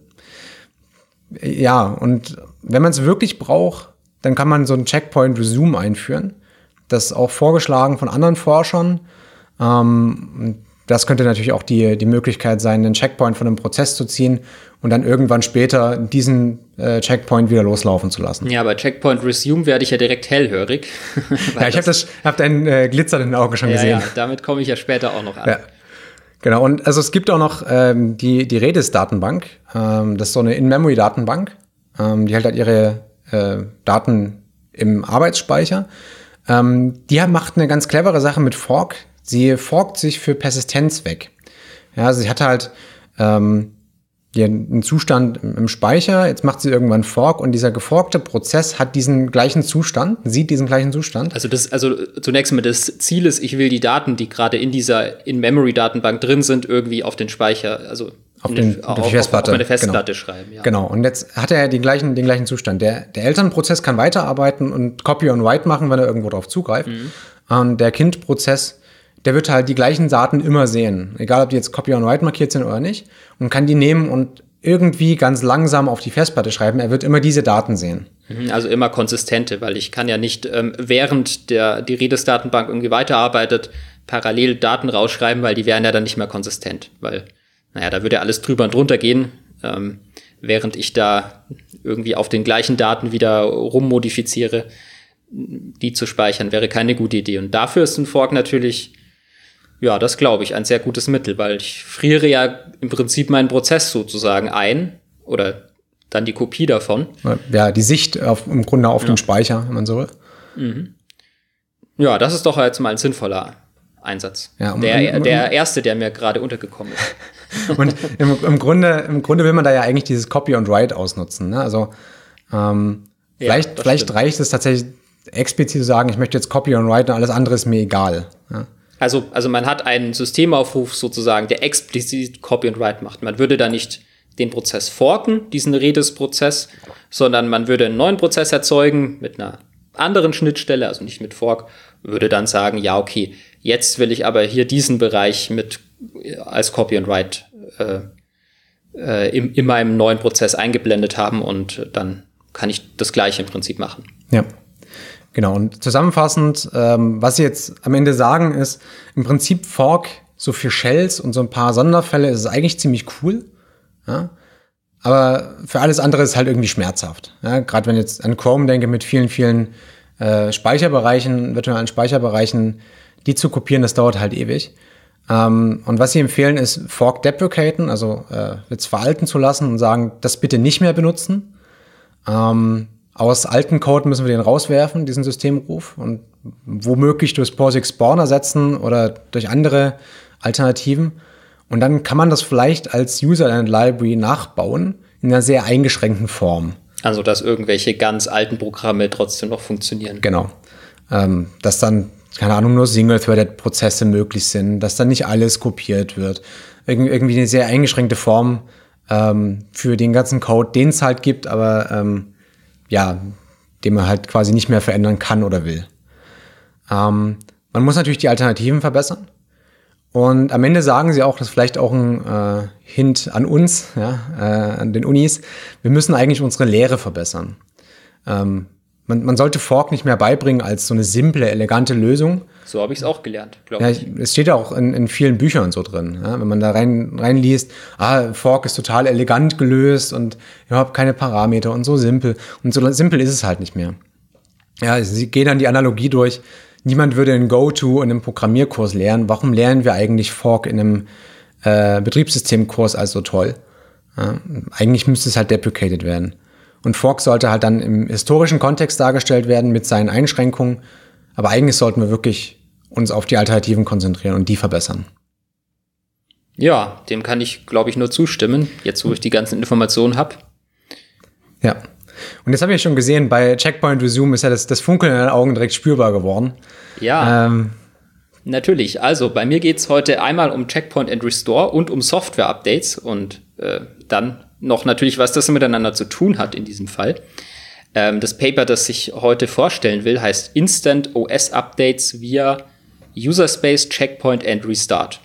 Speaker 1: Ja, und wenn man es wirklich braucht, dann kann man so ein Checkpoint Resume einführen. Das ist auch vorgeschlagen von anderen Forschern. Das könnte natürlich auch die Möglichkeit sein, einen Checkpoint von einem Prozess zu ziehen und dann irgendwann später diesen Checkpoint wieder loslaufen zu lassen.
Speaker 2: Ja, bei Checkpoint Resume werde ich ja direkt hellhörig.
Speaker 1: Ja, ich habe deinen Glitzer in den Augen schon gesehen.
Speaker 2: Ja, damit komme ich ja später auch noch an.
Speaker 1: Ja. Genau, und also es gibt auch noch die Redis-Datenbank. Das ist so eine In-Memory-Datenbank. Die hält halt ihre Daten im Arbeitsspeicher. Die macht eine ganz clevere Sache mit Fork. Sie forkt sich für Persistenz weg. Ja, also sie hat halt einen Zustand im Speicher, jetzt macht sie irgendwann Fork und dieser geforkte Prozess hat diesen gleichen Zustand, sieht diesen gleichen Zustand.
Speaker 2: Also zunächst mal das Ziel ist, ich will die Daten, die gerade in dieser In-Memory-Datenbank drin sind, irgendwie auf den Speicher, also
Speaker 1: auf meine
Speaker 2: Festplatte schreiben. Ja.
Speaker 1: Genau, und jetzt hat er den gleichen Zustand. Der Elternprozess kann weiterarbeiten und Copy und Write machen, wenn er irgendwo drauf zugreift. Und der Kindprozess, der wird halt die gleichen Daten immer sehen. Egal, ob die jetzt Copy on Write markiert sind oder nicht. Und kann die nehmen und irgendwie ganz langsam auf die Festplatte schreiben. Er wird immer diese Daten sehen.
Speaker 2: Also immer konsistente, weil ich kann ja nicht, während die Redis-Datenbank irgendwie weiterarbeitet, parallel Daten rausschreiben, weil die wären ja dann nicht mehr konsistent. Weil, da würde ja alles drüber und drunter gehen, während ich da irgendwie auf den gleichen Daten wieder rummodifiziere. Die zu speichern, wäre keine gute Idee. Und dafür ist ein Fork natürlich, ja, das glaube ich, ein sehr gutes Mittel, weil ich friere ja im Prinzip meinen Prozess sozusagen ein oder dann die Kopie davon.
Speaker 1: Ja, die Sicht im Grunde auf den Speicher, wenn man so will.
Speaker 2: Ja, das ist doch jetzt mal ein sinnvoller Einsatz.
Speaker 1: Ja,
Speaker 2: der erste, der mir gerade untergekommen ist.
Speaker 1: Und im Grunde will man da ja eigentlich dieses Copy und Write ausnutzen. Ne? Also vielleicht reicht es tatsächlich explizit zu sagen, ich möchte jetzt Copy und Write und alles andere ist mir egal. Ja?
Speaker 2: Also man hat einen Systemaufruf sozusagen, der explizit Copy und Write macht. Man würde da nicht den Prozess forken, diesen Redis-Prozess, sondern man würde einen neuen Prozess erzeugen mit einer anderen Schnittstelle, also nicht mit Fork, würde dann sagen, ja, okay, jetzt will ich aber hier diesen Bereich mit als Copy and Write in meinem neuen Prozess eingeblendet haben und dann kann ich das Gleiche im Prinzip machen.
Speaker 1: Ja, genau. Und zusammenfassend, was Sie jetzt am Ende sagen, ist im Prinzip Fork so für Shells und so ein paar Sonderfälle ist es eigentlich ziemlich cool. Ja? Aber für alles andere ist es halt irgendwie schmerzhaft. Ja? Gerade wenn ich jetzt an Chrome denke mit vielen, vielen Speicherbereichen, virtuellen Speicherbereichen, die zu kopieren, das dauert halt ewig. Und was sie empfehlen, ist Fork deprecaten, also jetzt veralten zu lassen und sagen, das bitte nicht mehr benutzen. Aus alten Code müssen wir den rauswerfen, diesen Systemruf, und womöglich durch POSIX Spawn ersetzen oder durch andere Alternativen. Und dann kann man das vielleicht als User-End Library nachbauen in einer sehr eingeschränkten Form.
Speaker 2: Also, dass irgendwelche ganz alten Programme trotzdem noch funktionieren.
Speaker 1: Genau. Dass dann, keine Ahnung, nur Single-Threaded-Prozesse möglich sind, dass dann nicht alles kopiert wird. Irgendwie eine sehr eingeschränkte Form für den ganzen Code, den es halt gibt, aber den man halt quasi nicht mehr verändern kann oder will. Man muss natürlich die Alternativen verbessern. Und am Ende sagen sie auch, das ist vielleicht auch ein Hint an uns, an den Unis, wir müssen eigentlich unsere Lehre verbessern. Man sollte Fork nicht mehr beibringen als so eine simple, elegante Lösung.
Speaker 2: So habe ich es auch gelernt, glaube ich.
Speaker 1: Es steht ja auch in vielen Büchern so drin. Ja? Wenn man da reinliest, Fork ist total elegant gelöst und überhaupt keine Parameter und so simpel. Und so simpel ist es halt nicht mehr. Ja, sie gehen dann die Analogie durch. Niemand würde in GoTo in einem Programmierkurs lernen. Warum lernen wir eigentlich Fork in einem Betriebssystemkurs als so toll? Ja, eigentlich müsste es halt deprecated werden. Und Fork sollte halt dann im historischen Kontext dargestellt werden mit seinen Einschränkungen. Aber eigentlich sollten wir wirklich uns auf die Alternativen konzentrieren und die verbessern.
Speaker 2: Ja, dem kann ich, glaube ich, nur zustimmen, jetzt wo ich die ganzen Informationen habe.
Speaker 1: Ja. Und jetzt habe ich schon gesehen, bei Checkpoint Resume ist ja das Funkeln in den Augen direkt spürbar geworden.
Speaker 2: Ja, natürlich. Also bei mir geht es heute einmal um Checkpoint and Restore und um Software-Updates und dann noch natürlich, was das miteinander zu tun hat in diesem Fall. Das Paper, das ich heute vorstellen will, heißt Instant OS Updates via User Space Checkpoint and Restart.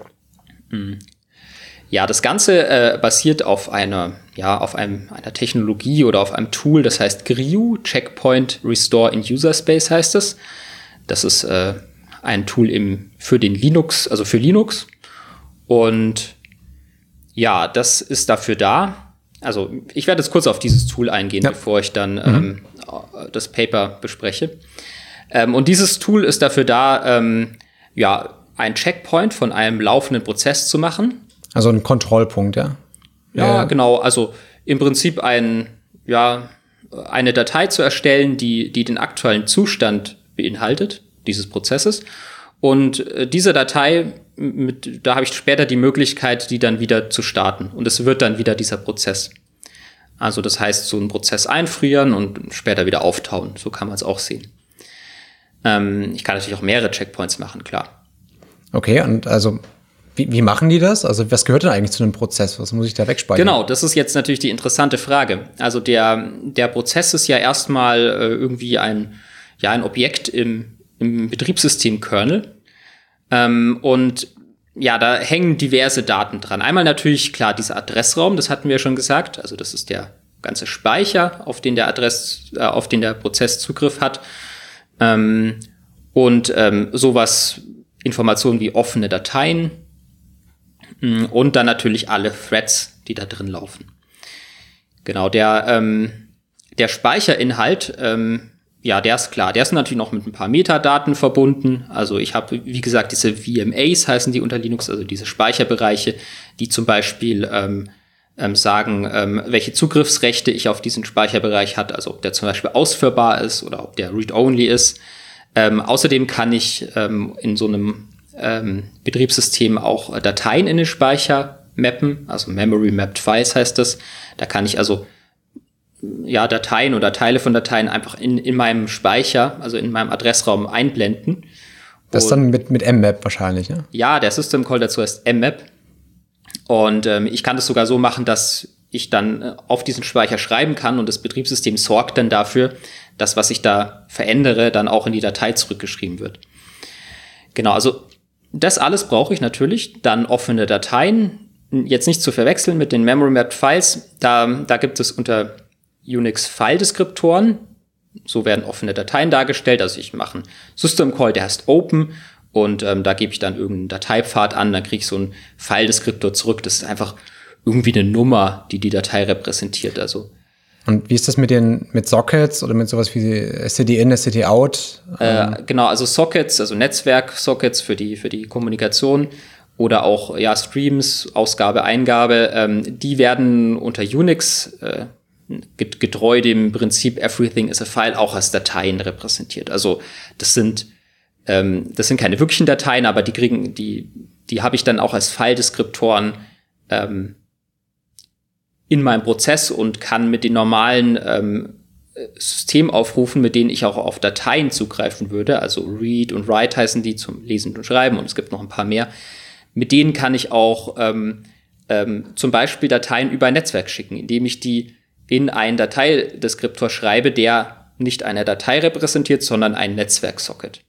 Speaker 2: Ja, das Ganze basiert auf einer Technologie oder auf einem Tool, das heißt GRIU, Checkpoint Restore in User Space heißt es. Das ist ein Tool für Linux. Und ja, das ist dafür da. Also ich werde jetzt kurz auf dieses Tool eingehen, bevor ich dann das Paper bespreche. Und dieses Tool ist dafür da, ein Checkpoint von einem laufenden Prozess zu machen.
Speaker 1: Also ein Kontrollpunkt, ja?
Speaker 2: Ja, genau. Also im Prinzip eine Datei zu erstellen, die den aktuellen Zustand beinhaltet, dieses Prozesses. Und diese Datei, da habe ich später die Möglichkeit, die dann wieder zu starten. Und es wird dann wieder dieser Prozess. Also das heißt, so einen Prozess einfrieren und später wieder auftauen. So kann man es auch sehen. Ich kann natürlich auch mehrere Checkpoints machen, klar.
Speaker 1: Okay, und also wie machen die das? Also was gehört denn eigentlich zu einem Prozess? Was muss ich da wegspeichern?
Speaker 2: Genau, das ist jetzt natürlich die interessante Frage. Also der Prozess ist ja erstmal irgendwie ein Objekt im Betriebssystem-Kernel. Und ja, da hängen diverse Daten dran. Einmal natürlich, klar, dieser Adressraum, das hatten wir schon gesagt. Also das ist der ganze Speicher, auf den der Prozess Zugriff hat. Sowas, Informationen wie offene Dateien und dann natürlich alle Threads, die da drin laufen. Genau, der Speicherinhalt, der ist klar. Der ist natürlich noch mit ein paar Metadaten verbunden. Also ich habe, wie gesagt, diese VMAs heißen die unter Linux, also diese Speicherbereiche, die zum Beispiel sagen, welche Zugriffsrechte ich auf diesen Speicherbereich hat, also ob der zum Beispiel ausführbar ist oder ob der read-only ist. Außerdem kann ich in so einem Betriebssystem auch Dateien in den Speicher mappen, also Memory Mapped Files heißt das. Da kann ich also Dateien oder Teile von Dateien einfach in meinem Speicher, also in meinem Adressraum einblenden.
Speaker 1: Das dann mit mmap wahrscheinlich, ne?
Speaker 2: Ja, der System Call dazu heißt mmap. Und ich kann das sogar so machen, dass ich dann auf diesen Speicher schreiben kann und das Betriebssystem sorgt dann dafür, dass was ich da verändere, dann auch in die Datei zurückgeschrieben wird. Genau, also das alles brauche ich natürlich. Dann offene Dateien, jetzt nicht zu verwechseln mit den Memory Mapped Files. Da gibt es unter Unix File-Deskriptoren. So werden offene Dateien dargestellt. Also ich mache einen System Call, der heißt Open. Und da gebe ich dann irgendeinen Dateipfad an, dann kriege ich so einen File-Deskriptor zurück. Das ist einfach irgendwie eine Nummer, die Datei repräsentiert. Also.
Speaker 1: Und wie ist das mit Sockets oder mit sowas wie std-in, std-out?
Speaker 2: Genau, also Sockets, also Netzwerk-Sockets für die Kommunikation oder auch Streams, Ausgabe, Eingabe, die werden unter Unix getreu dem Prinzip Everything is a File auch als Dateien repräsentiert. Also das sind keine wirklichen Dateien, aber die habe ich dann auch als File-Deskriptoren in meinem Prozess und kann mit den normalen Systemaufrufen, mit denen ich auch auf Dateien zugreifen würde, also Read und Write heißen die zum Lesen und Schreiben und es gibt noch ein paar mehr, mit denen kann ich auch zum Beispiel Dateien über ein Netzwerk schicken, indem ich die in einen Dateideskriptor schreibe, der nicht eine Datei repräsentiert, sondern ein Netzwerksocket.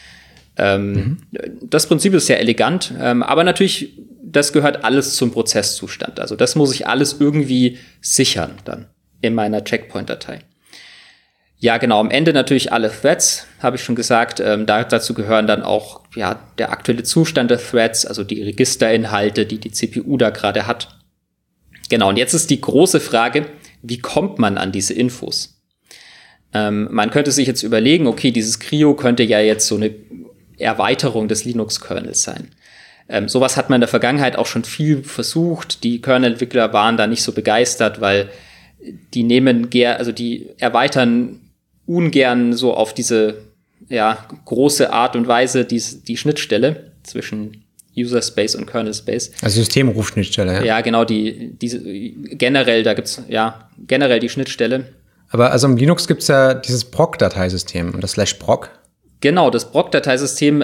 Speaker 2: Das Prinzip ist sehr elegant, aber natürlich, das gehört alles zum Prozesszustand. Also das muss ich alles irgendwie sichern dann in meiner Checkpoint-Datei. Ja, genau, am Ende natürlich alle Threads, habe ich schon gesagt. Dazu gehören dann auch der aktuelle Zustand der Threads, also die Registerinhalte, die CPU da gerade hat. Genau, und jetzt ist die große Frage, wie kommt man an diese Infos? Man könnte sich jetzt überlegen, okay, dieses CRI-O könnte ja jetzt so eine Erweiterung des Linux-Kernels sein. Sowas hat man in der Vergangenheit auch schon viel versucht. Die Kernel-Entwickler waren da nicht so begeistert, weil die erweitern ungern so auf diese große Art und Weise die Schnittstelle zwischen User Space und Kernel Space.
Speaker 1: Also Systemrufschnittstelle, ja.
Speaker 2: Ja, genau, generell die Schnittstelle.
Speaker 1: Aber also im Linux gibt es ja dieses proc-Dateisystem und das /proc.
Speaker 2: Genau, das proc-Dateisystem,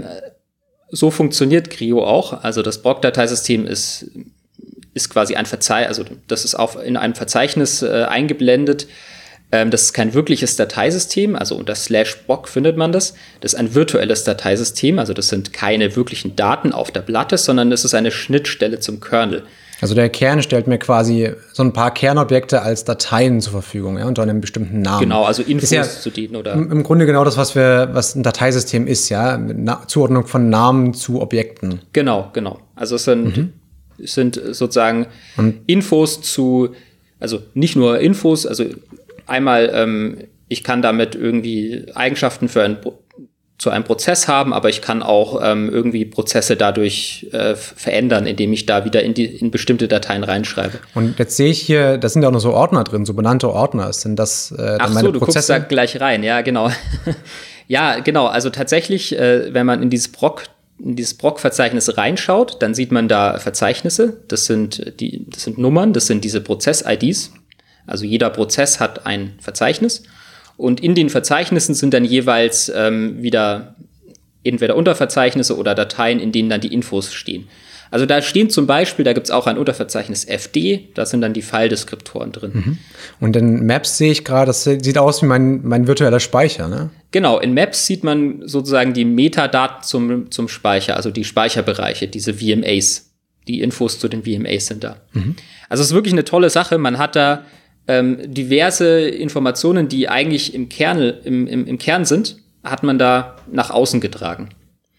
Speaker 2: so funktioniert CRI-O auch. Also das proc-Dateisystem ist quasi ein Verzeichnis, also das ist in einem Verzeichnis eingeblendet. Das ist kein wirkliches Dateisystem, also unter /proc findet man das. Das ist ein virtuelles Dateisystem, also das sind keine wirklichen Daten auf der Platte, sondern das ist eine Schnittstelle zum Kernel.
Speaker 1: Also der Kern stellt mir quasi so ein paar Kernobjekte als Dateien zur Verfügung, unter einem bestimmten Namen.
Speaker 2: Genau, also Infos zu denen oder.
Speaker 1: Im Grunde genau das, was ein Dateisystem ist, ja, mit Zuordnung von Namen zu Objekten.
Speaker 2: Genau. Also es sind sozusagen Infos also nicht nur Infos, also einmal, ich kann damit irgendwie Eigenschaften zu einem Prozess haben, aber ich kann auch irgendwie Prozesse dadurch verändern, indem ich da wieder in bestimmte Dateien reinschreibe.
Speaker 1: Und jetzt sehe ich hier, da sind ja auch noch so Ordner drin, so benannte Ordner. Sind das
Speaker 2: dann meine Prozesse? Du guckst da gleich rein, ja, genau. Ja, genau, also tatsächlich, wenn man in dieses Proc-Verzeichnis reinschaut, dann sieht man da Verzeichnisse, das sind Nummern, das sind diese Prozess-IDs. Also jeder Prozess hat ein Verzeichnis. Und in den Verzeichnissen sind dann jeweils wieder entweder Unterverzeichnisse oder Dateien, in denen dann die Infos stehen. Also da stehen zum Beispiel, da gibt es auch ein Unterverzeichnis FD, da sind dann die File-Deskriptoren drin. Mhm.
Speaker 1: Und in Maps sehe ich gerade, das sieht aus wie mein virtueller Speicher, ne? Genau,
Speaker 2: in Maps sieht man sozusagen die Metadaten zum Speicher, also die Speicherbereiche, diese VMAs. Die Infos zu den VMAs sind da. Mhm. Also es ist wirklich eine tolle Sache, man hat da diverse Informationen, die eigentlich im Kern sind, hat man da nach außen getragen.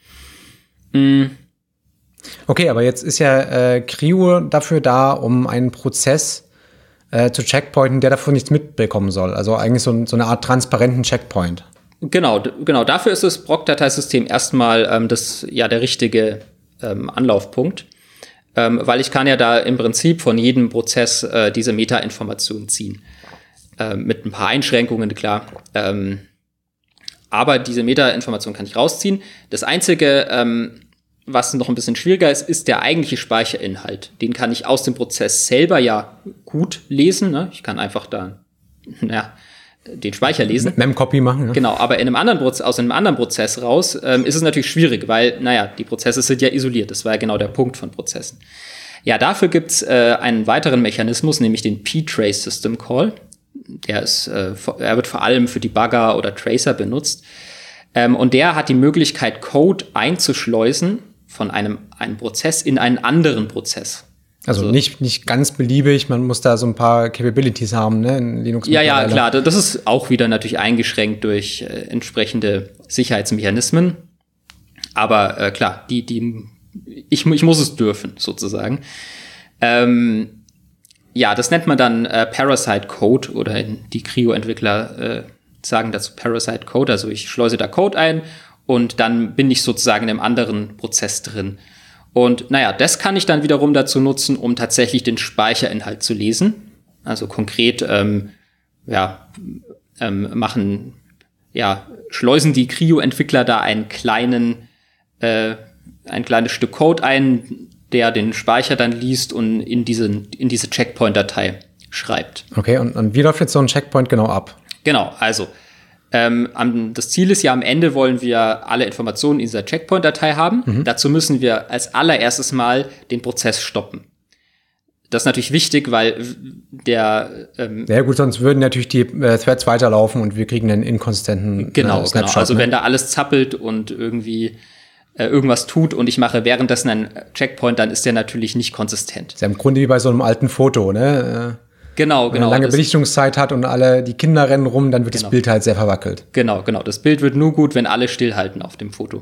Speaker 1: Okay, aber jetzt ist ja CRI-O dafür da, um einen Prozess zu checkpointen, der davon nichts mitbekommen soll. Also eigentlich so eine Art transparenten Checkpoint.
Speaker 2: Genau, dafür ist das Proc-Dateisystem erstmal der richtige Anlaufpunkt. Weil ich kann ja da im Prinzip von jedem Prozess diese Meta-Informationen ziehen. Mit ein paar Einschränkungen, klar. Aber diese Meta-Information kann ich rausziehen. Das Einzige, was noch ein bisschen schwieriger ist, ist der eigentliche Speicherinhalt. Den kann ich aus dem Prozess selber ja gut lesen. Ne? Ich kann einfach da den Speicher lesen.
Speaker 1: Mem-Copy machen. Ja.
Speaker 2: Genau, aber aus einem anderen Prozess raus ist es natürlich schwierig, weil, die Prozesse sind ja isoliert. Das war ja genau der Punkt von Prozessen. Ja, dafür gibt's einen weiteren Mechanismus, nämlich den ptrace System Call. Er wird vor allem für Debugger oder Tracer benutzt. Und der hat die Möglichkeit, Code einzuschleusen von einem Prozess in einen anderen Prozess.
Speaker 1: Also nicht ganz beliebig, man muss da so ein paar Capabilities haben, ne, in Linux.
Speaker 2: Ja, klar, das ist auch wieder natürlich eingeschränkt durch entsprechende Sicherheitsmechanismen. Aber klar, ich muss es dürfen, sozusagen. Das nennt man dann Parasite Code oder die CRIO-Entwickler sagen dazu Parasite Code. Also ich schleuse da Code ein und dann bin ich sozusagen in einem anderen Prozess drin. Und das kann ich dann wiederum dazu nutzen, um tatsächlich den Speicherinhalt zu lesen. Also konkret schleusen die CRIO-Entwickler da ein kleines Stück Code ein, der den Speicher dann liest und in diese Checkpoint-Datei schreibt.
Speaker 1: Okay, und wie läuft jetzt so ein Checkpoint genau ab?
Speaker 2: Genau, also das Ziel ist ja, am Ende wollen wir alle Informationen in dieser Checkpoint-Datei haben. Mhm. Dazu müssen wir als allererstes mal den Prozess stoppen. Das ist natürlich wichtig, weil
Speaker 1: ja gut, sonst würden natürlich die Threads weiterlaufen und wir kriegen einen inkonsistenten
Speaker 2: Snapshot. Genau. Also wenn da alles zappelt und irgendwie irgendwas tut und ich mache währenddessen einen Checkpoint, dann ist der natürlich nicht konsistent.
Speaker 1: Das ist ja im Grunde wie bei so einem alten Foto, ne?
Speaker 2: Genau.
Speaker 1: Wenn man lange Belichtungszeit hat und die Kinder rennen rum, dann wird das Bild halt sehr verwackelt.
Speaker 2: Genau. Das Bild wird nur gut, wenn alle stillhalten auf dem Foto.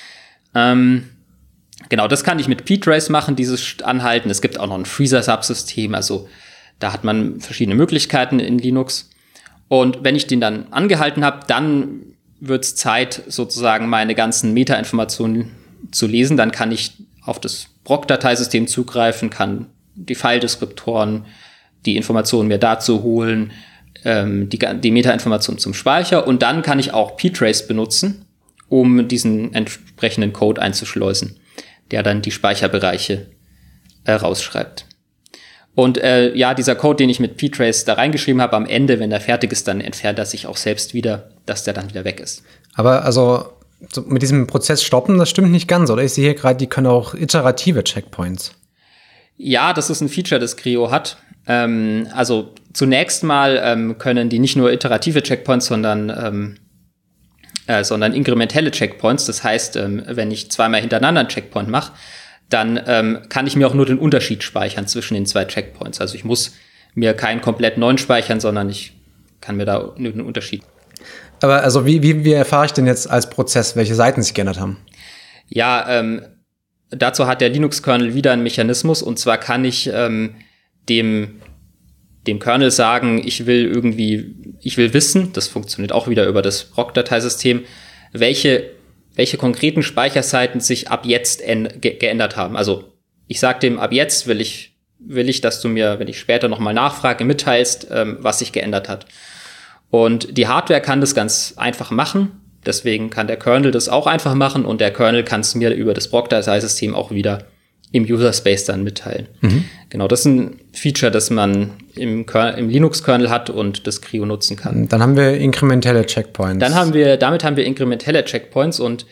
Speaker 2: Das kann ich mit ptrace machen, dieses Anhalten. Es gibt auch noch ein Freezer-Subsystem, also da hat man verschiedene Möglichkeiten in Linux. Und wenn ich den dann angehalten habe, dann wird es Zeit, sozusagen meine ganzen Metainformationen zu lesen. Dann kann ich auf das Proc-Dateisystem zugreifen, kann die File-Deskriptoren, die Informationen mir dazu holen, die Metainformationen zum Speicher. Und dann kann ich auch ptrace benutzen, um diesen entsprechenden Code einzuschleusen, der dann die Speicherbereiche rausschreibt. Und dieser Code, den ich mit ptrace da reingeschrieben habe, am Ende, wenn der fertig ist, dann entfernt er sich auch selbst wieder, dass der dann wieder weg ist.
Speaker 1: Aber also mit diesem Prozess stoppen, das stimmt nicht ganz, oder? Ich sehe hier gerade, die können auch iterative Checkpoints.
Speaker 2: Ja, das ist ein Feature, das CRIO hat. Also zunächst mal können die nicht nur iterative Checkpoints, sondern inkrementelle Checkpoints. Das heißt, wenn ich zweimal hintereinander einen Checkpoint mache, dann kann ich mir auch nur den Unterschied speichern zwischen den zwei Checkpoints. Also ich muss mir keinen komplett neuen speichern, sondern ich kann mir da nur den Unterschied.
Speaker 1: Aber also wie erfahre ich denn jetzt als Prozess, welche Seiten sich geändert haben?
Speaker 2: Ja, dazu hat der Linux-Kernel wieder einen Mechanismus. Und zwar kann ich dem Kernel sagen, ich will wissen, das funktioniert auch wieder über das Proc-Dateisystem, welche konkreten Speicherseiten sich ab jetzt geändert haben. Also ich sage dem, ab jetzt will ich, dass du mir, wenn ich später nochmal nachfrage, mitteilst, was sich geändert hat. Und die Hardware kann das ganz einfach machen. Deswegen kann der Kernel das auch einfach machen und der Kernel kann es mir über das Proc-Dateisystem auch wieder im User-Space dann mitteilen. Mhm. Genau, das ist ein Feature, das man im Linux-Kernel hat und das CRIO nutzen kann.
Speaker 1: Dann haben wir inkrementelle Checkpoints.
Speaker 2: Damit haben wir inkrementelle Checkpoints und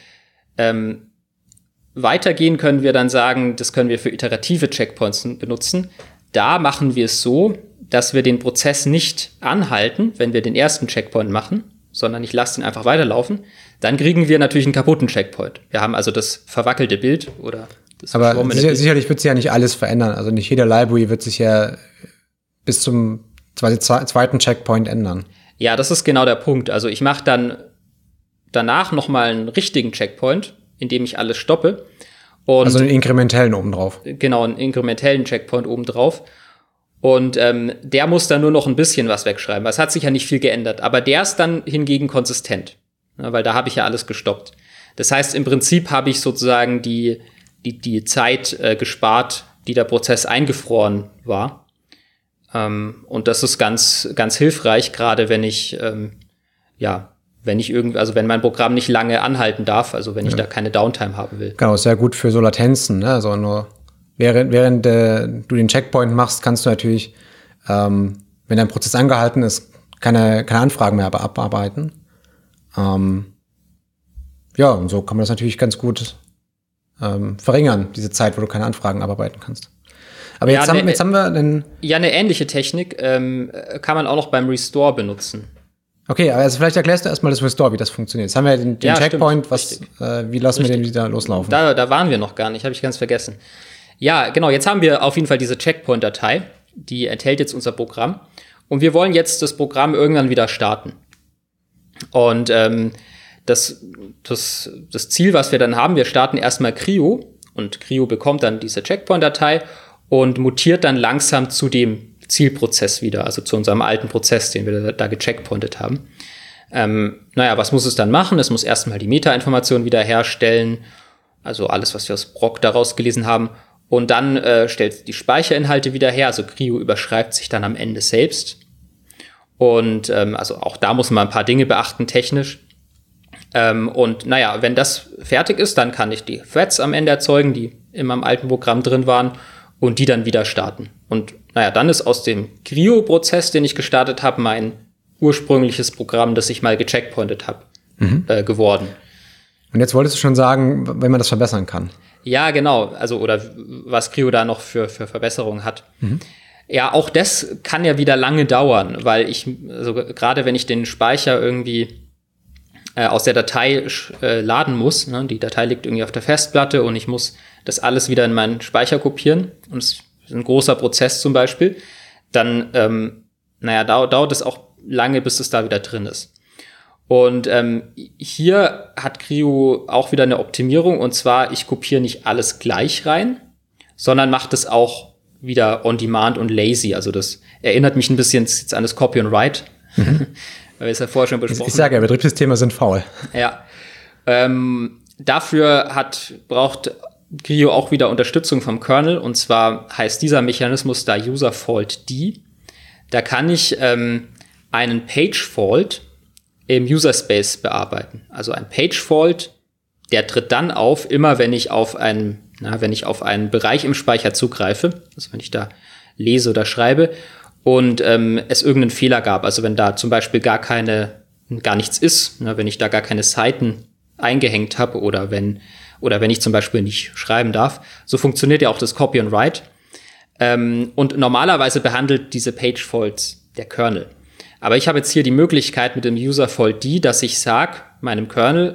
Speaker 2: weitergehen können wir dann sagen, das können wir für iterative Checkpoints benutzen. Da machen wir es so, dass wir den Prozess nicht anhalten, wenn wir den ersten Checkpoint machen, sondern ich lasse den einfach weiterlaufen. Dann kriegen wir natürlich einen kaputten Checkpoint. Wir haben also das verwackelte Bild oder das
Speaker 1: aber sicherlich wird sich ja nicht alles verändern. Also nicht jede Library wird sich ja bis zum zweiten Checkpoint ändern.
Speaker 2: Ja, das ist genau der Punkt. Also ich mache dann danach noch mal einen richtigen Checkpoint, in dem ich alles stoppe. Und
Speaker 1: also einen inkrementellen obendrauf.
Speaker 2: Genau, einen inkrementellen Checkpoint obendrauf. Und der muss dann nur noch ein bisschen was wegschreiben. Es hat sich ja nicht viel geändert. Aber der ist dann hingegen konsistent. Ja, weil da habe ich ja alles gestoppt. Das heißt, im Prinzip habe ich sozusagen die Zeit gespart, die der Prozess eingefroren war. Und das ist ganz, ganz hilfreich, gerade wenn ich wenn mein Programm nicht lange anhalten darf, also wenn ich da keine Downtime haben will.
Speaker 1: Genau, ist sehr gut für so Latenzen, ne? Also nur während du den Checkpoint machst, kannst du natürlich, wenn dein Prozess angehalten ist, keine Anfragen mehr abarbeiten. Und so kann man das natürlich ganz gut verringern, diese Zeit, wo du keine Anfragen abarbeiten kannst. Aber jetzt haben wir den.
Speaker 2: Ja, eine ähnliche Technik kann man auch noch beim Restore benutzen.
Speaker 1: Okay, also vielleicht erklärst du erstmal das Restore, wie das funktioniert. Jetzt haben wir den Checkpoint, wie lassen wir den wieder loslaufen?
Speaker 2: Da waren wir noch gar nicht, habe ich ganz vergessen. Ja, genau, jetzt haben wir auf jeden Fall diese Checkpoint-Datei, die enthält jetzt unser Programm. Und wir wollen jetzt das Programm irgendwann wieder starten. Und das Ziel, was wir dann haben, wir starten erstmal CRI-O und CRI-O bekommt dann diese Checkpoint-Datei und mutiert dann langsam zu dem Zielprozess wieder, also zu unserem alten Prozess, den wir da gecheckpointet haben. Was muss es dann machen? Es muss erstmal die Meta-Information wieder herstellen, also alles, was wir aus Brock daraus gelesen haben. Und dann stellt es die Speicherinhalte wieder her, also CRI-O überschreibt sich dann am Ende selbst. Und also auch da muss man ein paar Dinge beachten, technisch. Wenn das fertig ist, dann kann ich die Threads am Ende erzeugen, die in meinem alten Programm drin waren, und die dann wieder starten. Und dann ist aus dem CRI-O-Prozess, den ich gestartet habe, mein ursprüngliches Programm, das ich mal gecheckpointet habe, geworden.
Speaker 1: Und jetzt wolltest du schon sagen, wenn man das verbessern kann.
Speaker 2: Ja, genau. Also, oder was CRI-O da noch für Verbesserungen hat. Ja, auch das kann ja wieder lange dauern, weil gerade wenn ich den Speicher irgendwie aus der Datei laden muss, ne, die Datei liegt irgendwie auf der Festplatte und ich muss das alles wieder in meinen Speicher kopieren, und es ist ein großer Prozess zum Beispiel, dann dauert es auch lange, bis es da wieder drin ist. Und hier hat CRI-O auch wieder eine Optimierung, und zwar, ich kopiere nicht alles gleich rein, sondern macht es auch wieder on demand und lazy. Also das erinnert mich ein bisschen jetzt an das Copy and Write, weil wir es ja vorher schon besprochen haben.
Speaker 1: Ich sage ja, Betriebssysteme sind faul.
Speaker 2: Ja. Dafür braucht CRI-O auch wieder Unterstützung vom Kernel, und zwar heißt dieser Mechanismus da user-fault-d. Da kann ich einen Page-Fault im User-Space bearbeiten. Also ein Page-Fault, der tritt dann auf, immer wenn ich auf einen Bereich im Speicher zugreife, also wenn ich da lese oder schreibe, und es irgendeinen Fehler gab, also wenn da zum Beispiel gar nichts ist, wenn ich da gar keine Seiten eingehängt habe, oder wenn ich zum Beispiel nicht schreiben darf. So funktioniert ja auch das Copy and Write. Und normalerweise behandelt diese Page-Faults der Kernel. Aber ich habe jetzt hier die Möglichkeit mit dem user-fault-d, dass ich sage, meinem Kernel,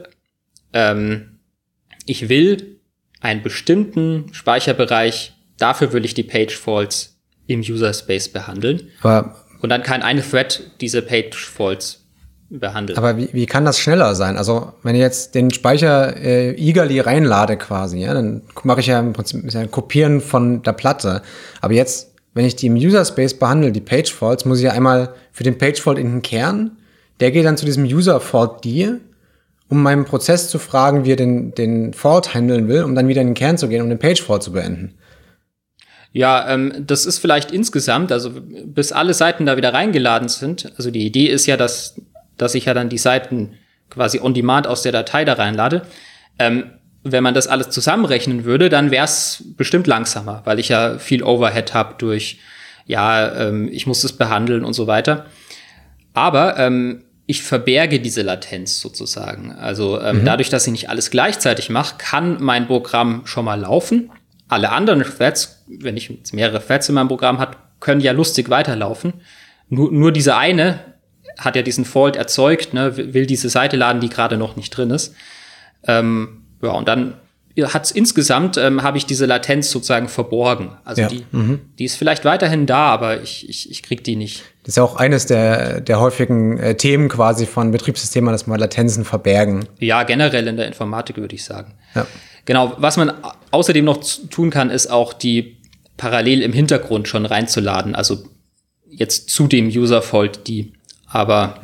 Speaker 2: ich will einen bestimmten Speicherbereich, dafür will ich die Page-Faults im User-Space behandeln. Und dann kann eine Thread diese Page-Faults behandeln.
Speaker 1: Aber wie kann das schneller sein? Also wenn ich jetzt den Speicher eagerly reinlade quasi, ja, dann mache ich ja im Prinzip ein Kopieren von der Platte. Aber jetzt, wenn ich die im User-Space behandle, die Page-Faults, muss ich ja einmal für den Page-Fault in den Kern, der geht dann zu diesem User-Fault-D, um meinen Prozess zu fragen, wie er den Fault handeln will, um dann wieder in den Kern zu gehen, um den Page-Fault zu beenden.
Speaker 2: Ja, das ist vielleicht insgesamt, also bis alle Seiten da wieder reingeladen sind. Also die Idee ist ja, dass ich ja dann die Seiten quasi on demand aus der Datei da reinlade. Wenn man das alles zusammenrechnen würde, dann wäre es bestimmt langsamer, weil ich ja viel Overhead habe durch, ich muss das behandeln und so weiter. Aber ich verberge diese Latenz sozusagen. Also dadurch, dass ich nicht alles gleichzeitig mache, kann mein Programm schon mal laufen. Alle anderen Threads, wenn ich jetzt mehrere Threads in meinem Programm habe, können ja lustig weiterlaufen. Nur diese eine hat ja diesen Fault erzeugt, ne, will diese Seite laden, die gerade noch nicht drin ist. Und dann hat's insgesamt, habe ich diese Latenz sozusagen verborgen. Also die ist vielleicht weiterhin da, aber ich krieg die nicht.
Speaker 1: Das ist ja auch eines der häufigen Themen quasi von Betriebssystemen, dass man Latenzen verbergen.
Speaker 2: Ja, generell in der Informatik würde ich sagen.
Speaker 1: Ja.
Speaker 2: Genau, was man außerdem noch tun kann, ist auch die parallel im Hintergrund schon reinzuladen. Also jetzt zu dem User-Fault-D. Aber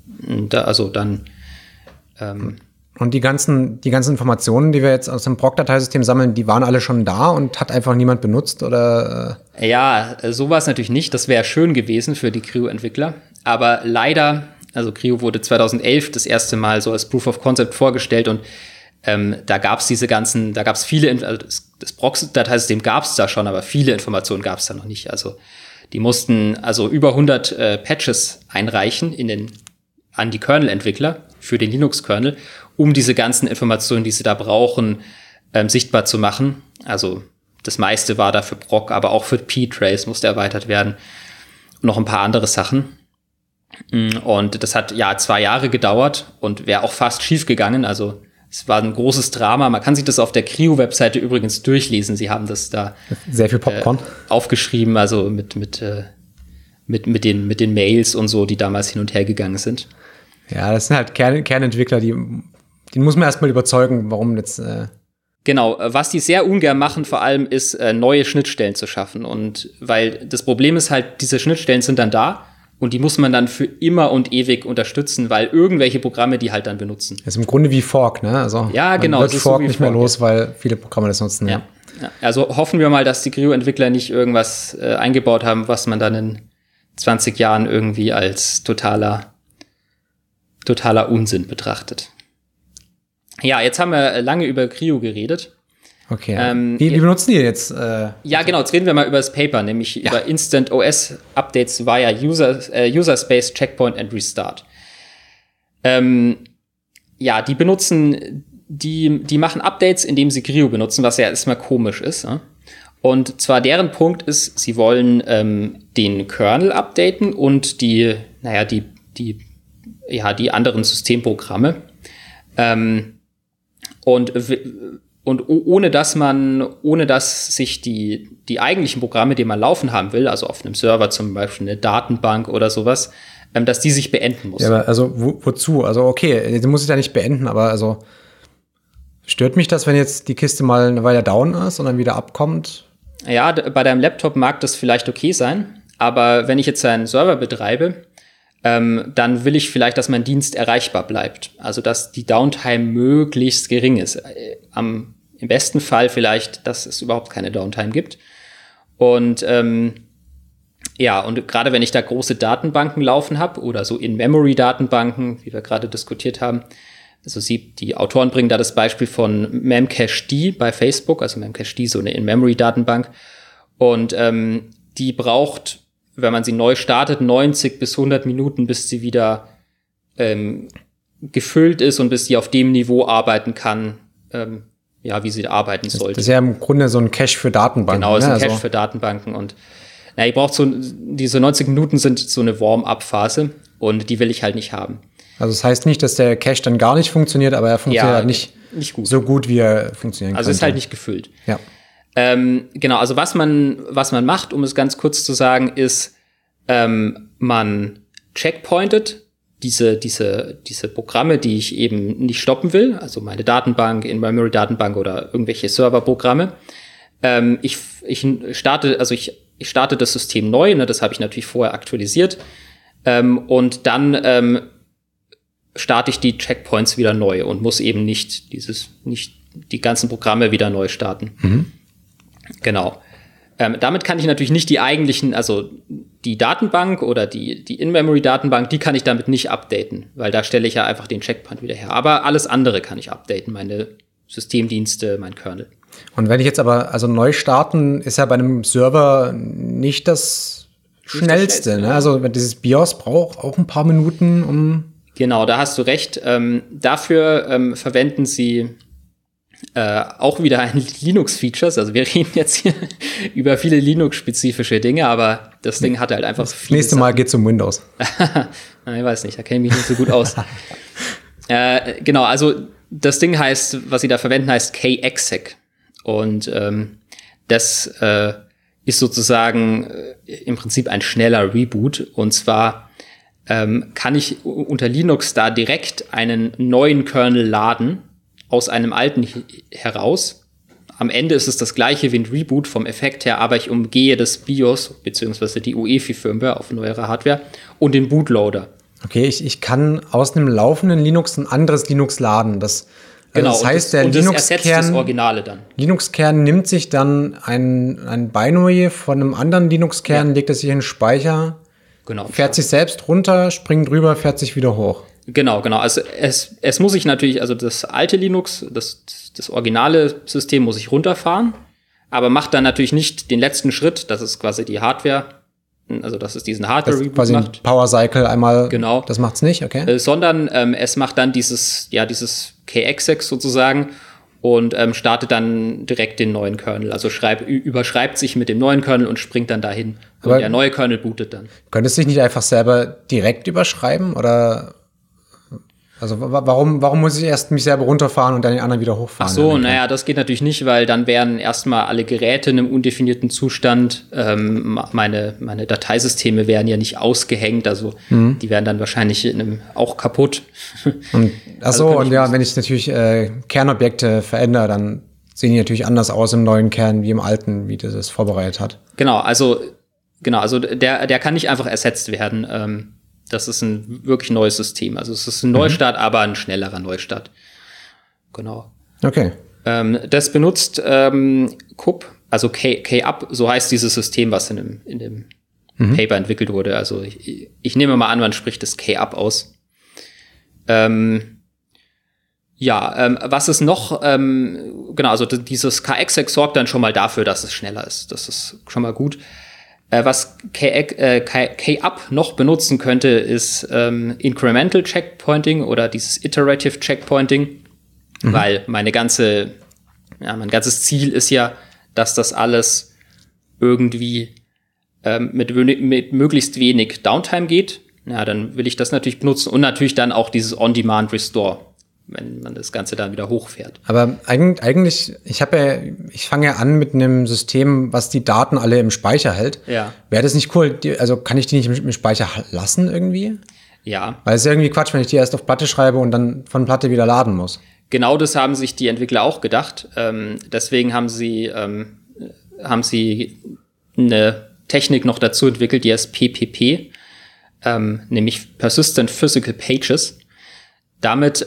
Speaker 1: Und die ganzen Informationen, die wir jetzt aus dem Proc-Dateisystem sammeln, die waren alle schon da und hat einfach niemand benutzt, oder?
Speaker 2: Ja, so war es natürlich nicht. Das wäre schön gewesen für die CRI-O-Entwickler. Aber leider Also CRIO wurde 2011 das erste Mal so als Proof of Concept vorgestellt und da gab es viele, also das Proxy-Dateisystem gab es da schon, aber viele Informationen gab es da noch nicht. Also die mussten also über 100 Patches einreichen an die Kernel-Entwickler für den Linux-Kernel, um diese ganzen Informationen, die sie da brauchen, sichtbar zu machen. Also das meiste war da für Proc, aber auch für Ptrace musste erweitert werden. Und noch ein paar andere Sachen. Und das hat 2 Jahre gedauert und wäre auch fast schief gegangen. Also es war ein großes Drama. Man kann sich das auf der CRIO-Webseite übrigens durchlesen. Sie haben das da
Speaker 1: sehr viel Popcorn
Speaker 2: aufgeschrieben, also mit den Mails und so, die damals hin und her gegangen sind.
Speaker 1: Ja, das sind halt Kernentwickler, die muss man erstmal überzeugen, warum jetzt.
Speaker 2: Genau, was die sehr ungern machen, vor allem, ist neue Schnittstellen zu schaffen. Und weil das Problem ist halt, diese Schnittstellen sind dann da. Und die muss man dann für immer und ewig unterstützen, weil irgendwelche Programme die halt dann benutzen.
Speaker 1: Das ist im Grunde wie Fork, ne? Also
Speaker 2: ja, genau.
Speaker 1: Wird Fork so nicht mehr los, weil viele Programme das nutzen.
Speaker 2: Ja. Also hoffen wir mal, dass die CRIO-Entwickler nicht irgendwas eingebaut haben, was man dann in 20 Jahren irgendwie als totaler Unsinn betrachtet. Ja, jetzt haben wir lange über CRIO gerered.
Speaker 1: Okay. Wie benutzen die jetzt?
Speaker 2: Ja, genau. Jetzt reden wir mal über das Paper, nämlich über Instant OS Updates via User Space Checkpoint and Restart. Die machen Updates, indem sie CRIO benutzen, was ja erstmal komisch ist. Ja? Und zwar deren Punkt ist, sie wollen den Kernel updaten und die anderen Systemprogramme. Und ohne dass sich die eigentlichen Programme, die man laufen haben will, also auf einem Server zum Beispiel eine Datenbank oder sowas, dass die sich beenden muss.
Speaker 1: Ja, aber also wozu? Also okay, die muss ich ja nicht beenden, aber also stört mich das, wenn jetzt die Kiste mal eine Weile down ist und dann wieder abkommt?
Speaker 2: Ja, bei deinem Laptop mag das vielleicht okay sein, aber wenn ich jetzt einen Server betreibe, dann will ich vielleicht, dass mein Dienst erreichbar bleibt. Also, dass die Downtime möglichst gering ist. Im besten Fall vielleicht, dass es überhaupt keine Downtime gibt. Und und gerade wenn ich da große Datenbanken laufen habe oder so In-Memory-Datenbanken, wie wir gerade diskutiert haben, also die Autoren bringen da das Beispiel von Memcached bei Facebook, also Memcached, so eine In-Memory-Datenbank. Und die braucht, wenn man sie neu startet, 90 bis 100 Minuten, bis sie wieder gefüllt ist und bis sie auf dem Niveau arbeiten kann, wie sie arbeiten sollte.
Speaker 1: Das ist ja im Grunde so ein Cache für Datenbanken.
Speaker 2: Genau, ist ein Cache für Datenbanken. Und ihr braucht diese 90 Minuten sind so eine Warm-up-Phase und die will ich halt nicht haben.
Speaker 1: Also das heißt nicht, dass der Cache dann gar nicht funktioniert, aber er funktioniert halt nicht
Speaker 2: gut.
Speaker 1: So gut, wie er funktionieren kann.
Speaker 2: Also ist halt nicht gefüllt.
Speaker 1: Ja.
Speaker 2: Genau, also was man macht, um es ganz kurz zu sagen, ist, man checkpointet diese Programme, die ich eben nicht stoppen will, also meine Datenbank, In-Memory-Datenbank oder irgendwelche Serverprogramme. Ich starte das System neu, ne, das habe ich natürlich vorher aktualisiert, und dann starte ich die Checkpoints wieder neu und muss eben nicht die ganzen Programme wieder neu starten. Mhm. Genau. Damit kann ich natürlich nicht die eigentlichen, also die Datenbank oder die In-Memory-Datenbank, die kann ich damit nicht updaten, weil da stelle ich ja einfach den Checkpoint wieder her. Aber alles andere kann ich updaten, meine Systemdienste, mein Kernel.
Speaker 1: Und wenn ich jetzt aber, also neu starten, ist ja bei einem Server nicht das Schnellste, ne? Also dieses BIOS braucht auch ein paar Minuten, um.
Speaker 2: Genau, da hast du recht. Dafür verwenden sie auch wieder ein Linux-Features. Also wir reden jetzt hier über viele Linux-spezifische Dinge, aber das Ding hat halt einfach
Speaker 1: viele. Nächste Mal geht's um Windows.
Speaker 2: Ich weiß nicht, da kenne ich mich nicht so gut aus. Genau, also das Ding heißt, was sie da verwenden, heißt KExec. Und das ist sozusagen im Prinzip ein schneller Reboot. Und zwar kann ich unter Linux da direkt einen neuen Kernel laden aus einem alten heraus. Am Ende ist es das gleiche wie ein Reboot vom Effekt her, aber ich umgehe das BIOS bzw. die UEFI-Firmware auf neuere Hardware und den Bootloader.
Speaker 1: Okay, ich kann aus einem laufenden Linux ein anderes Linux laden. Das heißt, der
Speaker 2: Linux-Kern, das Originale dann.
Speaker 1: Linux-Kern nimmt sich dann ein Binary von einem anderen Linux-Kern, legt es sich in den Speicher,
Speaker 2: Genau.
Speaker 1: Fährt sich selbst runter, springt drüber, fährt sich wieder hoch.
Speaker 2: Genau. Also es muss sich natürlich, also das alte Linux, das originale System muss ich runterfahren, aber macht dann natürlich nicht den letzten Schritt, das ist quasi die Hardware, also dass es diesen Hardware-Reboot
Speaker 1: quasi
Speaker 2: macht.
Speaker 1: Power Cycle einmal,
Speaker 2: genau.
Speaker 1: Das macht's nicht, okay.
Speaker 2: Sondern es macht dann dieses KExec sozusagen und startet dann direkt den neuen Kernel. Also überschreibt sich mit dem neuen Kernel und springt dann dahin. Und der neue Kernel bootet dann.
Speaker 1: Könntest du dich nicht einfach selber direkt überschreiben? Oder also warum muss ich erst mich selber runterfahren und dann den anderen wieder hochfahren?
Speaker 2: Ach so, naja, das geht natürlich nicht, weil dann wären erstmal alle Geräte in einem undefinierten Zustand. Meine Dateisysteme wären ja nicht ausgehängt, also die wären dann wahrscheinlich auch kaputt.
Speaker 1: Wenn ich natürlich Kernobjekte verändere, dann sehen die natürlich anders aus im neuen Kern wie im alten, wie das vorbereitet hat.
Speaker 2: Genau, also der kann nicht einfach ersetzt werden. Das ist ein wirklich neues System. Also es ist ein Neustart, aber ein schnellerer Neustart. Genau.
Speaker 1: Okay.
Speaker 2: Das benutzt KUP, also K-Up, so heißt dieses System, was in dem Paper entwickelt wurde. Also ich nehme mal an, man spricht das K-Up aus. Was ist noch? Also dieses KExec sorgt dann schon mal dafür, dass es schneller ist. Das ist schon mal gut. Was K-Up noch benutzen könnte, ist Incremental Checkpointing oder dieses Iterative Checkpointing, weil mein ganzes Ziel ist ja, dass das alles irgendwie mit möglichst wenig Downtime geht. Ja, dann will ich das natürlich benutzen und natürlich dann auch dieses On-Demand Restore, wenn man das Ganze dann wieder hochfährt.
Speaker 1: Aber eigentlich, ich fange ja an mit einem System, was die Daten alle im Speicher hält.
Speaker 2: Ja.
Speaker 1: Wäre das nicht cool? Also kann ich die nicht im Speicher lassen irgendwie?
Speaker 2: Ja.
Speaker 1: Weil es ist ja irgendwie Quatsch, wenn ich die erst auf Platte schreibe und dann von Platte wieder laden muss.
Speaker 2: Genau das haben sich die Entwickler auch gedacht. Deswegen haben sie eine Technik noch dazu entwickelt, die heißt PPP, nämlich Persistent Physical Pages. Damit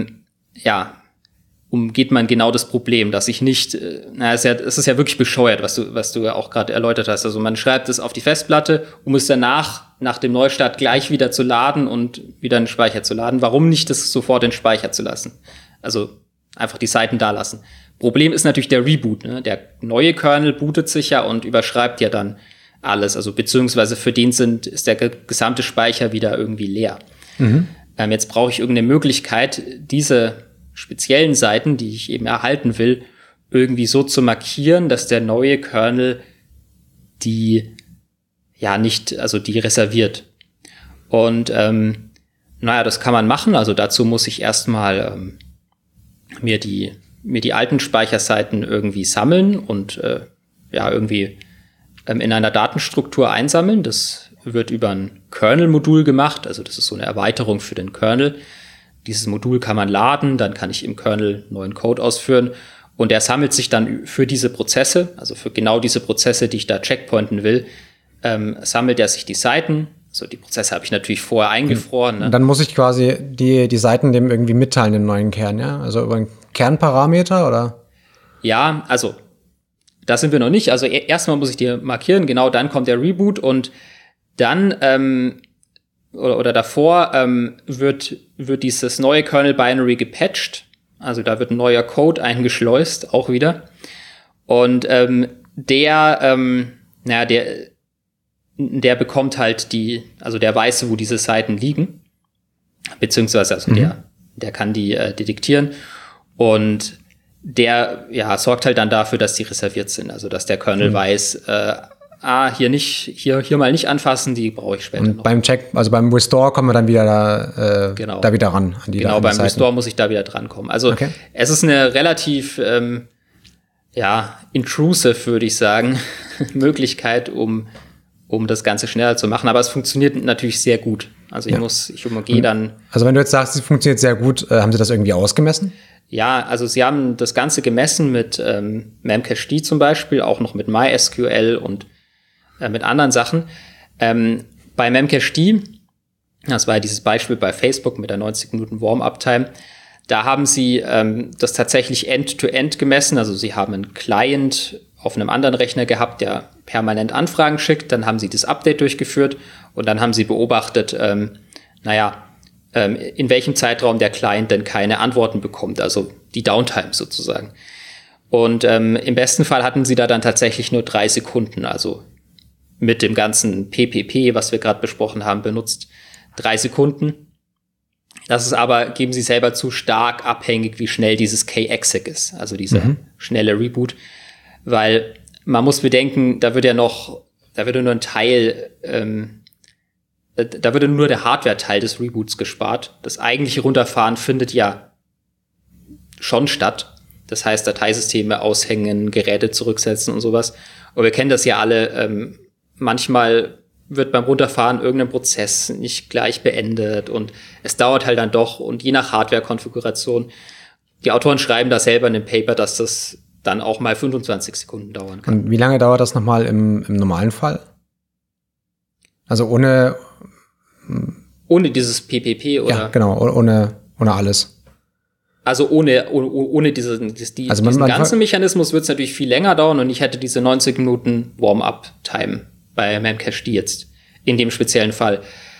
Speaker 2: umgeht man genau das Problem, dass ich nicht, es ist ja wirklich bescheuert, was du ja auch gerade erläutert hast. Also man schreibt es auf die Festplatte, um es danach, nach dem Neustart, gleich wieder zu laden und wieder in den Speicher zu laden. Warum nicht das sofort in den Speicher zu lassen? Also einfach die Seiten da lassen. Problem ist natürlich der Reboot, ne? Der neue Kernel bootet sich ja und überschreibt ja dann alles. Also beziehungsweise für den ist der gesamte Speicher wieder irgendwie leer. Jetzt brauche ich irgendeine Möglichkeit, diese speziellen Seiten, die ich eben erhalten will, irgendwie so zu markieren, dass der neue Kernel die reserviert. Und das kann man machen. Also dazu muss ich erstmal mir die alten Speicherseiten irgendwie sammeln und irgendwie in einer Datenstruktur einsammeln. Das wird über ein Kernel-Modul gemacht, also das ist so eine Erweiterung für den Kernel. Dieses Modul kann man laden, dann kann ich im Kernel neuen Code ausführen und der sammelt sich dann für diese Prozesse, also für genau diese Prozesse, die ich da checkpointen will, sammelt er sich die Seiten. Also die Prozesse habe ich natürlich vorher eingefroren. Ne?
Speaker 1: Und dann muss ich quasi die Seiten dem irgendwie mitteilen, dem neuen Kern, ja? Also über einen Kernparameter, oder? Ja,
Speaker 2: also da sind wir noch nicht. Also erstmal muss ich die markieren, genau, dann kommt der Reboot und dann oder davor wird dieses neue Kernel-Binary gepatcht. Also da wird ein neuer Code eingeschleust, auch wieder. Und der bekommt halt der weiß, wo diese Seiten liegen. Beziehungsweise, der kann die detektieren. Und der sorgt halt dann dafür, dass die reserviert sind. Also dass der Kernel weiß, hier mal nicht anfassen, die brauche ich später noch.
Speaker 1: Beim beim Restore kommen wir dann wieder da wieder ran. An die
Speaker 2: genau, beim Restore muss ich da wieder drankommen. Also Es ist eine relativ intrusive, würde ich sagen, Möglichkeit, um das Ganze schneller zu machen. Aber es funktioniert natürlich sehr gut. Also ich umgehe dann.
Speaker 1: Also wenn du jetzt sagst, es funktioniert sehr gut, haben Sie das irgendwie ausgemessen?
Speaker 2: Ja, also sie haben das Ganze gemessen mit Memcached zum Beispiel, auch noch mit MySQL und mit anderen Sachen. Bei Memcached, das war ja dieses Beispiel bei Facebook mit der 90 Minuten Warm-Up-Time, da haben sie das tatsächlich End-to-End gemessen. Also sie haben einen Client auf einem anderen Rechner gehabt, der permanent Anfragen schickt, dann haben sie das Update durchgeführt und dann haben sie beobachtet, in welchem Zeitraum der Client denn keine Antworten bekommt, also die Downtime sozusagen. Und im besten Fall hatten sie da dann tatsächlich nur 3 Sekunden, also mit dem ganzen PPP, was wir gerade besprochen haben, benutzt 3 Sekunden. Das ist aber, geben sie selber zu, stark abhängig, wie schnell dieses K-Exec ist, also dieser schnelle Reboot, weil man muss bedenken, da würde nur ein Teil, da würde nur der Hardware-Teil des Reboots gespart. Das eigentliche Runterfahren findet ja schon statt. Das heißt, Dateisysteme aushängen, Geräte zurücksetzen und sowas. Und wir kennen das ja alle. Manchmal wird beim Runterfahren irgendein Prozess nicht gleich beendet und es dauert halt dann doch. Und je nach Hardware-Konfiguration, die Autoren schreiben da selber in dem Paper, dass das dann auch mal 25 Sekunden dauern kann.
Speaker 1: Und wie lange dauert das nochmal im normalen Fall? Also ohne
Speaker 2: dieses PPP oder?
Speaker 1: Ja, genau, ohne alles.
Speaker 2: Also ohne diesen ganzen Mechanismus wird es natürlich viel länger dauern und ich hätte diese 90 Minuten Warm-up-Time bei Memcached jetzt in dem speziellen Fall.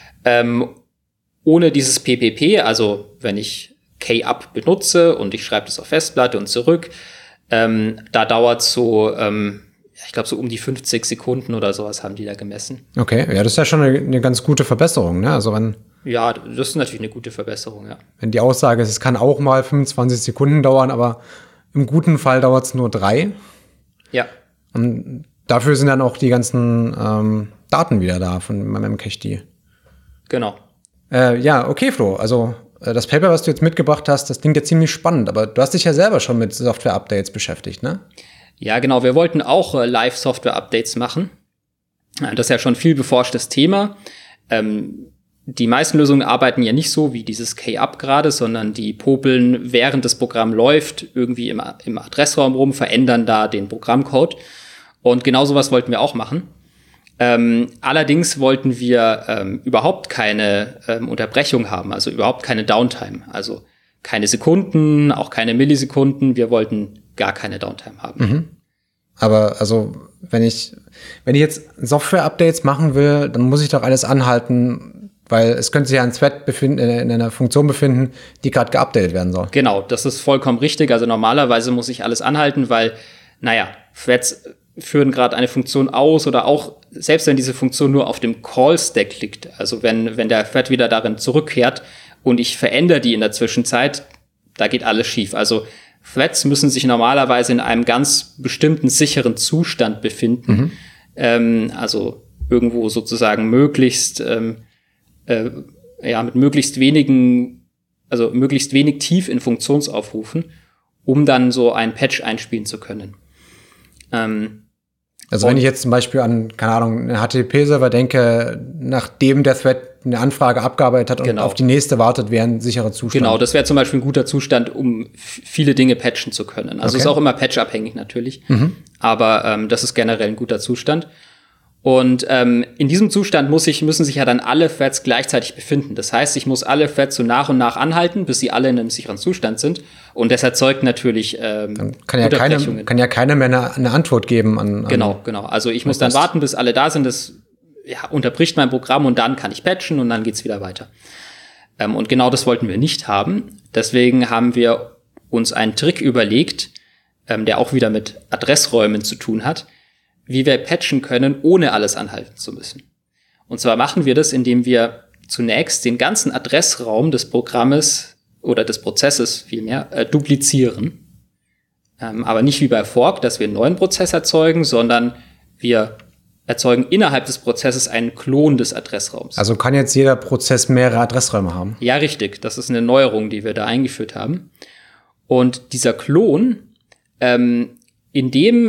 Speaker 2: Ohne dieses PPP, also wenn ich K-up benutze und ich schreibe das auf Festplatte und zurück, da dauert so, ich glaube so um die 50 Sekunden oder sowas haben die da gemessen.
Speaker 1: Okay, ja, das ist ja schon eine ganz gute Verbesserung, ne? Also
Speaker 2: ja, das ist natürlich eine gute Verbesserung, ja.
Speaker 1: Wenn die Aussage ist, es kann auch mal 25 Sekunden dauern, aber im guten Fall dauert es nur 3.
Speaker 2: Ja.
Speaker 1: Und dafür sind dann auch die ganzen Daten wieder da von Memcached.
Speaker 2: Genau.
Speaker 1: Ja, okay, Flo. Also das Paper, was du jetzt mitgebracht hast, das klingt ja ziemlich spannend. Aber du hast dich ja selber schon mit Software-Updates beschäftigt, ne?
Speaker 2: Ja, genau. Wir wollten auch Live-Software-Updates machen. Das ist ja schon viel beforschtes Thema. Die meisten Lösungen arbeiten ja nicht so wie dieses K-up gerade, sondern die popeln, während das Programm läuft, irgendwie im Adressraum rum, verändern da den Programmcode. Und genau sowas wollten wir auch machen. Allerdings wollten wir überhaupt keine Unterbrechung haben, also überhaupt keine Downtime. Also keine Sekunden, auch keine Millisekunden. Wir wollten gar keine Downtime haben.
Speaker 1: Mhm. Aber also, wenn ich jetzt Software-Updates machen will, dann muss ich doch alles anhalten, weil es könnte sich ja ein Thread in einer Funktion befinden, die gerade geupdatet werden soll.
Speaker 2: Genau, das ist vollkommen richtig. Also normalerweise muss ich alles anhalten, weil, Threads führen gerade eine Funktion aus oder auch, selbst wenn diese Funktion nur auf dem Call-Stack liegt, also wenn der Thread wieder darin zurückkehrt und ich verändere die in der Zwischenzeit, da geht alles schief. Also Threads müssen sich normalerweise in einem ganz bestimmten sicheren Zustand befinden. Also irgendwo sozusagen möglichst mit möglichst wenig tief in Funktionsaufrufen, um dann so einen Patch einspielen zu können.
Speaker 1: Also wenn ich jetzt zum Beispiel an, keine Ahnung, einen HTTP-Server denke, nachdem der Thread eine Anfrage abgearbeitet hat und auf die nächste wartet, wäre ein sicherer Zustand.
Speaker 2: Genau, das wäre zum Beispiel ein guter Zustand, um viele Dinge patchen zu können. Also ist auch immer patchabhängig natürlich, aber das ist generell ein guter Zustand. Und in diesem Zustand müssen sich ja dann alle Threads gleichzeitig befinden. Das heißt, ich muss alle Threads so nach und nach anhalten, bis sie alle in einem sicheren Zustand sind. Und das erzeugt natürlich
Speaker 1: dann kann ja keiner mehr eine Antwort geben an
Speaker 2: Genau. Also ich muss dann warten, bis alle da sind. Das unterbricht mein Programm und dann kann ich patchen und dann geht's wieder weiter. Und genau das wollten wir nicht haben. Deswegen haben wir uns einen Trick überlegt, der auch wieder mit Adressräumen zu tun hat, wie wir patchen können, ohne alles anhalten zu müssen. Und zwar machen wir das, indem wir zunächst den ganzen Adressraum des Programmes oder des Prozesses vielmehr duplizieren. Aber nicht wie bei Fork, dass wir einen neuen Prozess erzeugen, sondern wir erzeugen innerhalb des Prozesses einen Klon des Adressraums.
Speaker 1: Also kann jetzt jeder Prozess mehrere Adressräume haben?
Speaker 2: Ja, richtig. Das ist eine Neuerung, die wir da eingeführt haben. Und dieser Klon, in dem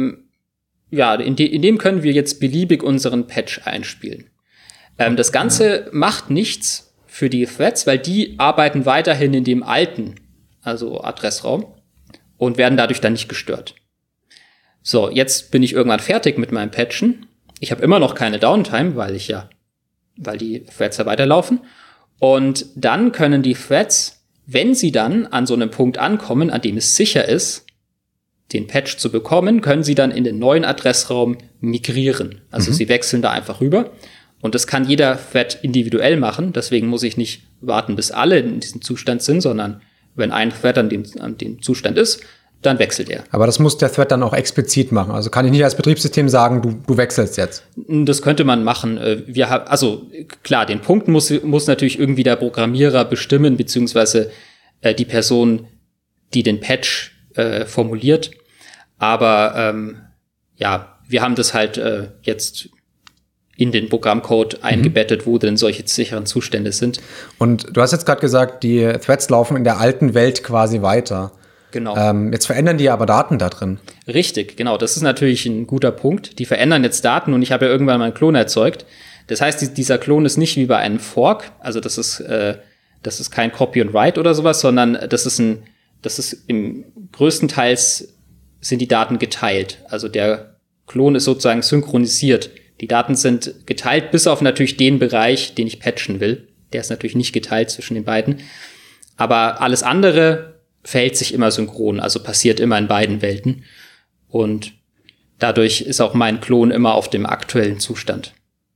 Speaker 2: können wir jetzt beliebig unseren Patch einspielen. Das Ganze macht nichts für die Threads, weil die arbeiten weiterhin in dem alten, also Adressraum, und werden dadurch dann nicht gestört. So, jetzt bin ich irgendwann fertig mit meinem Patchen. Ich habe immer noch keine Downtime, weil die Threads ja weiterlaufen. Und dann können die Threads, wenn sie dann an so einem Punkt ankommen, an dem es sicher ist, den Patch zu bekommen, können Sie dann in den neuen Adressraum migrieren. Also Sie wechseln da einfach rüber. Und das kann jeder Thread individuell machen. Deswegen muss ich nicht warten, bis alle in diesem Zustand sind, sondern wenn ein Thread an dem Zustand ist, dann wechselt er.
Speaker 1: Aber das muss der Thread dann auch explizit machen. Also kann ich nicht als Betriebssystem sagen, du wechselst jetzt.
Speaker 2: Das könnte man machen. Also klar, den Punkt muss natürlich irgendwie der Programmierer bestimmen, beziehungsweise die Person, die den Patch formuliert. Aber wir haben das halt jetzt in den Programmcode eingebettet, wo denn solche sicheren Zustände sind. Und
Speaker 1: du hast jetzt gerade gesagt, die Threads laufen in der alten Welt quasi weiter.
Speaker 2: Genau.
Speaker 1: Jetzt verändern die aber Daten da drin.
Speaker 2: Richtig, genau. Das ist natürlich ein guter Punkt. Die verändern jetzt Daten und ich habe ja irgendwann mal einen Klon erzeugt. Das heißt, dieser Klon ist nicht wie bei einem Fork, also das ist kein Copy and Write oder sowas, sondern das ist im größtenteils sind die Daten geteilt. Also der Klon ist sozusagen synchronisiert. Die Daten sind geteilt, bis auf natürlich den Bereich, den ich patchen will. Der ist natürlich nicht geteilt zwischen den beiden. Aber alles andere verhält sich immer synchron, also passiert immer in beiden Welten. Und dadurch ist auch mein Klon immer auf dem aktuellen Zustand.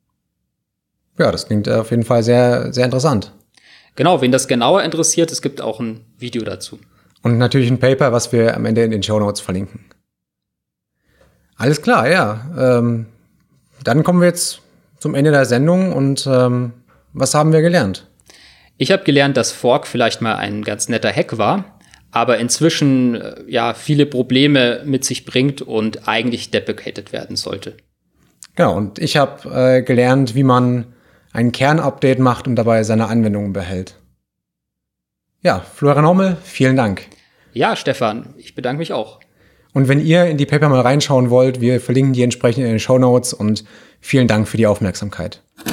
Speaker 1: Ja, das klingt auf jeden Fall sehr, sehr interessant.
Speaker 2: Genau, wen das genauer interessiert, es gibt auch ein Video dazu.
Speaker 1: Und natürlich ein Paper, was wir am Ende in den Shownotes verlinken. Alles klar, ja. Dann kommen wir jetzt zum Ende der Sendung und was haben wir gelernt?
Speaker 2: Ich habe gelernt, dass Fork vielleicht mal ein ganz netter Hack war, aber inzwischen viele Probleme mit sich bringt und eigentlich deprecated werden sollte.
Speaker 1: Genau, und ich habe gelernt, wie man ein Kernupdate macht und dabei seine Anwendungen behält. Ja, Florian Hommel, vielen Dank.
Speaker 2: Ja, Stefan, ich bedanke mich auch.
Speaker 1: Und wenn ihr in die Paper mal reinschauen wollt, wir verlinken die entsprechend in den Shownotes und vielen Dank für die Aufmerksamkeit.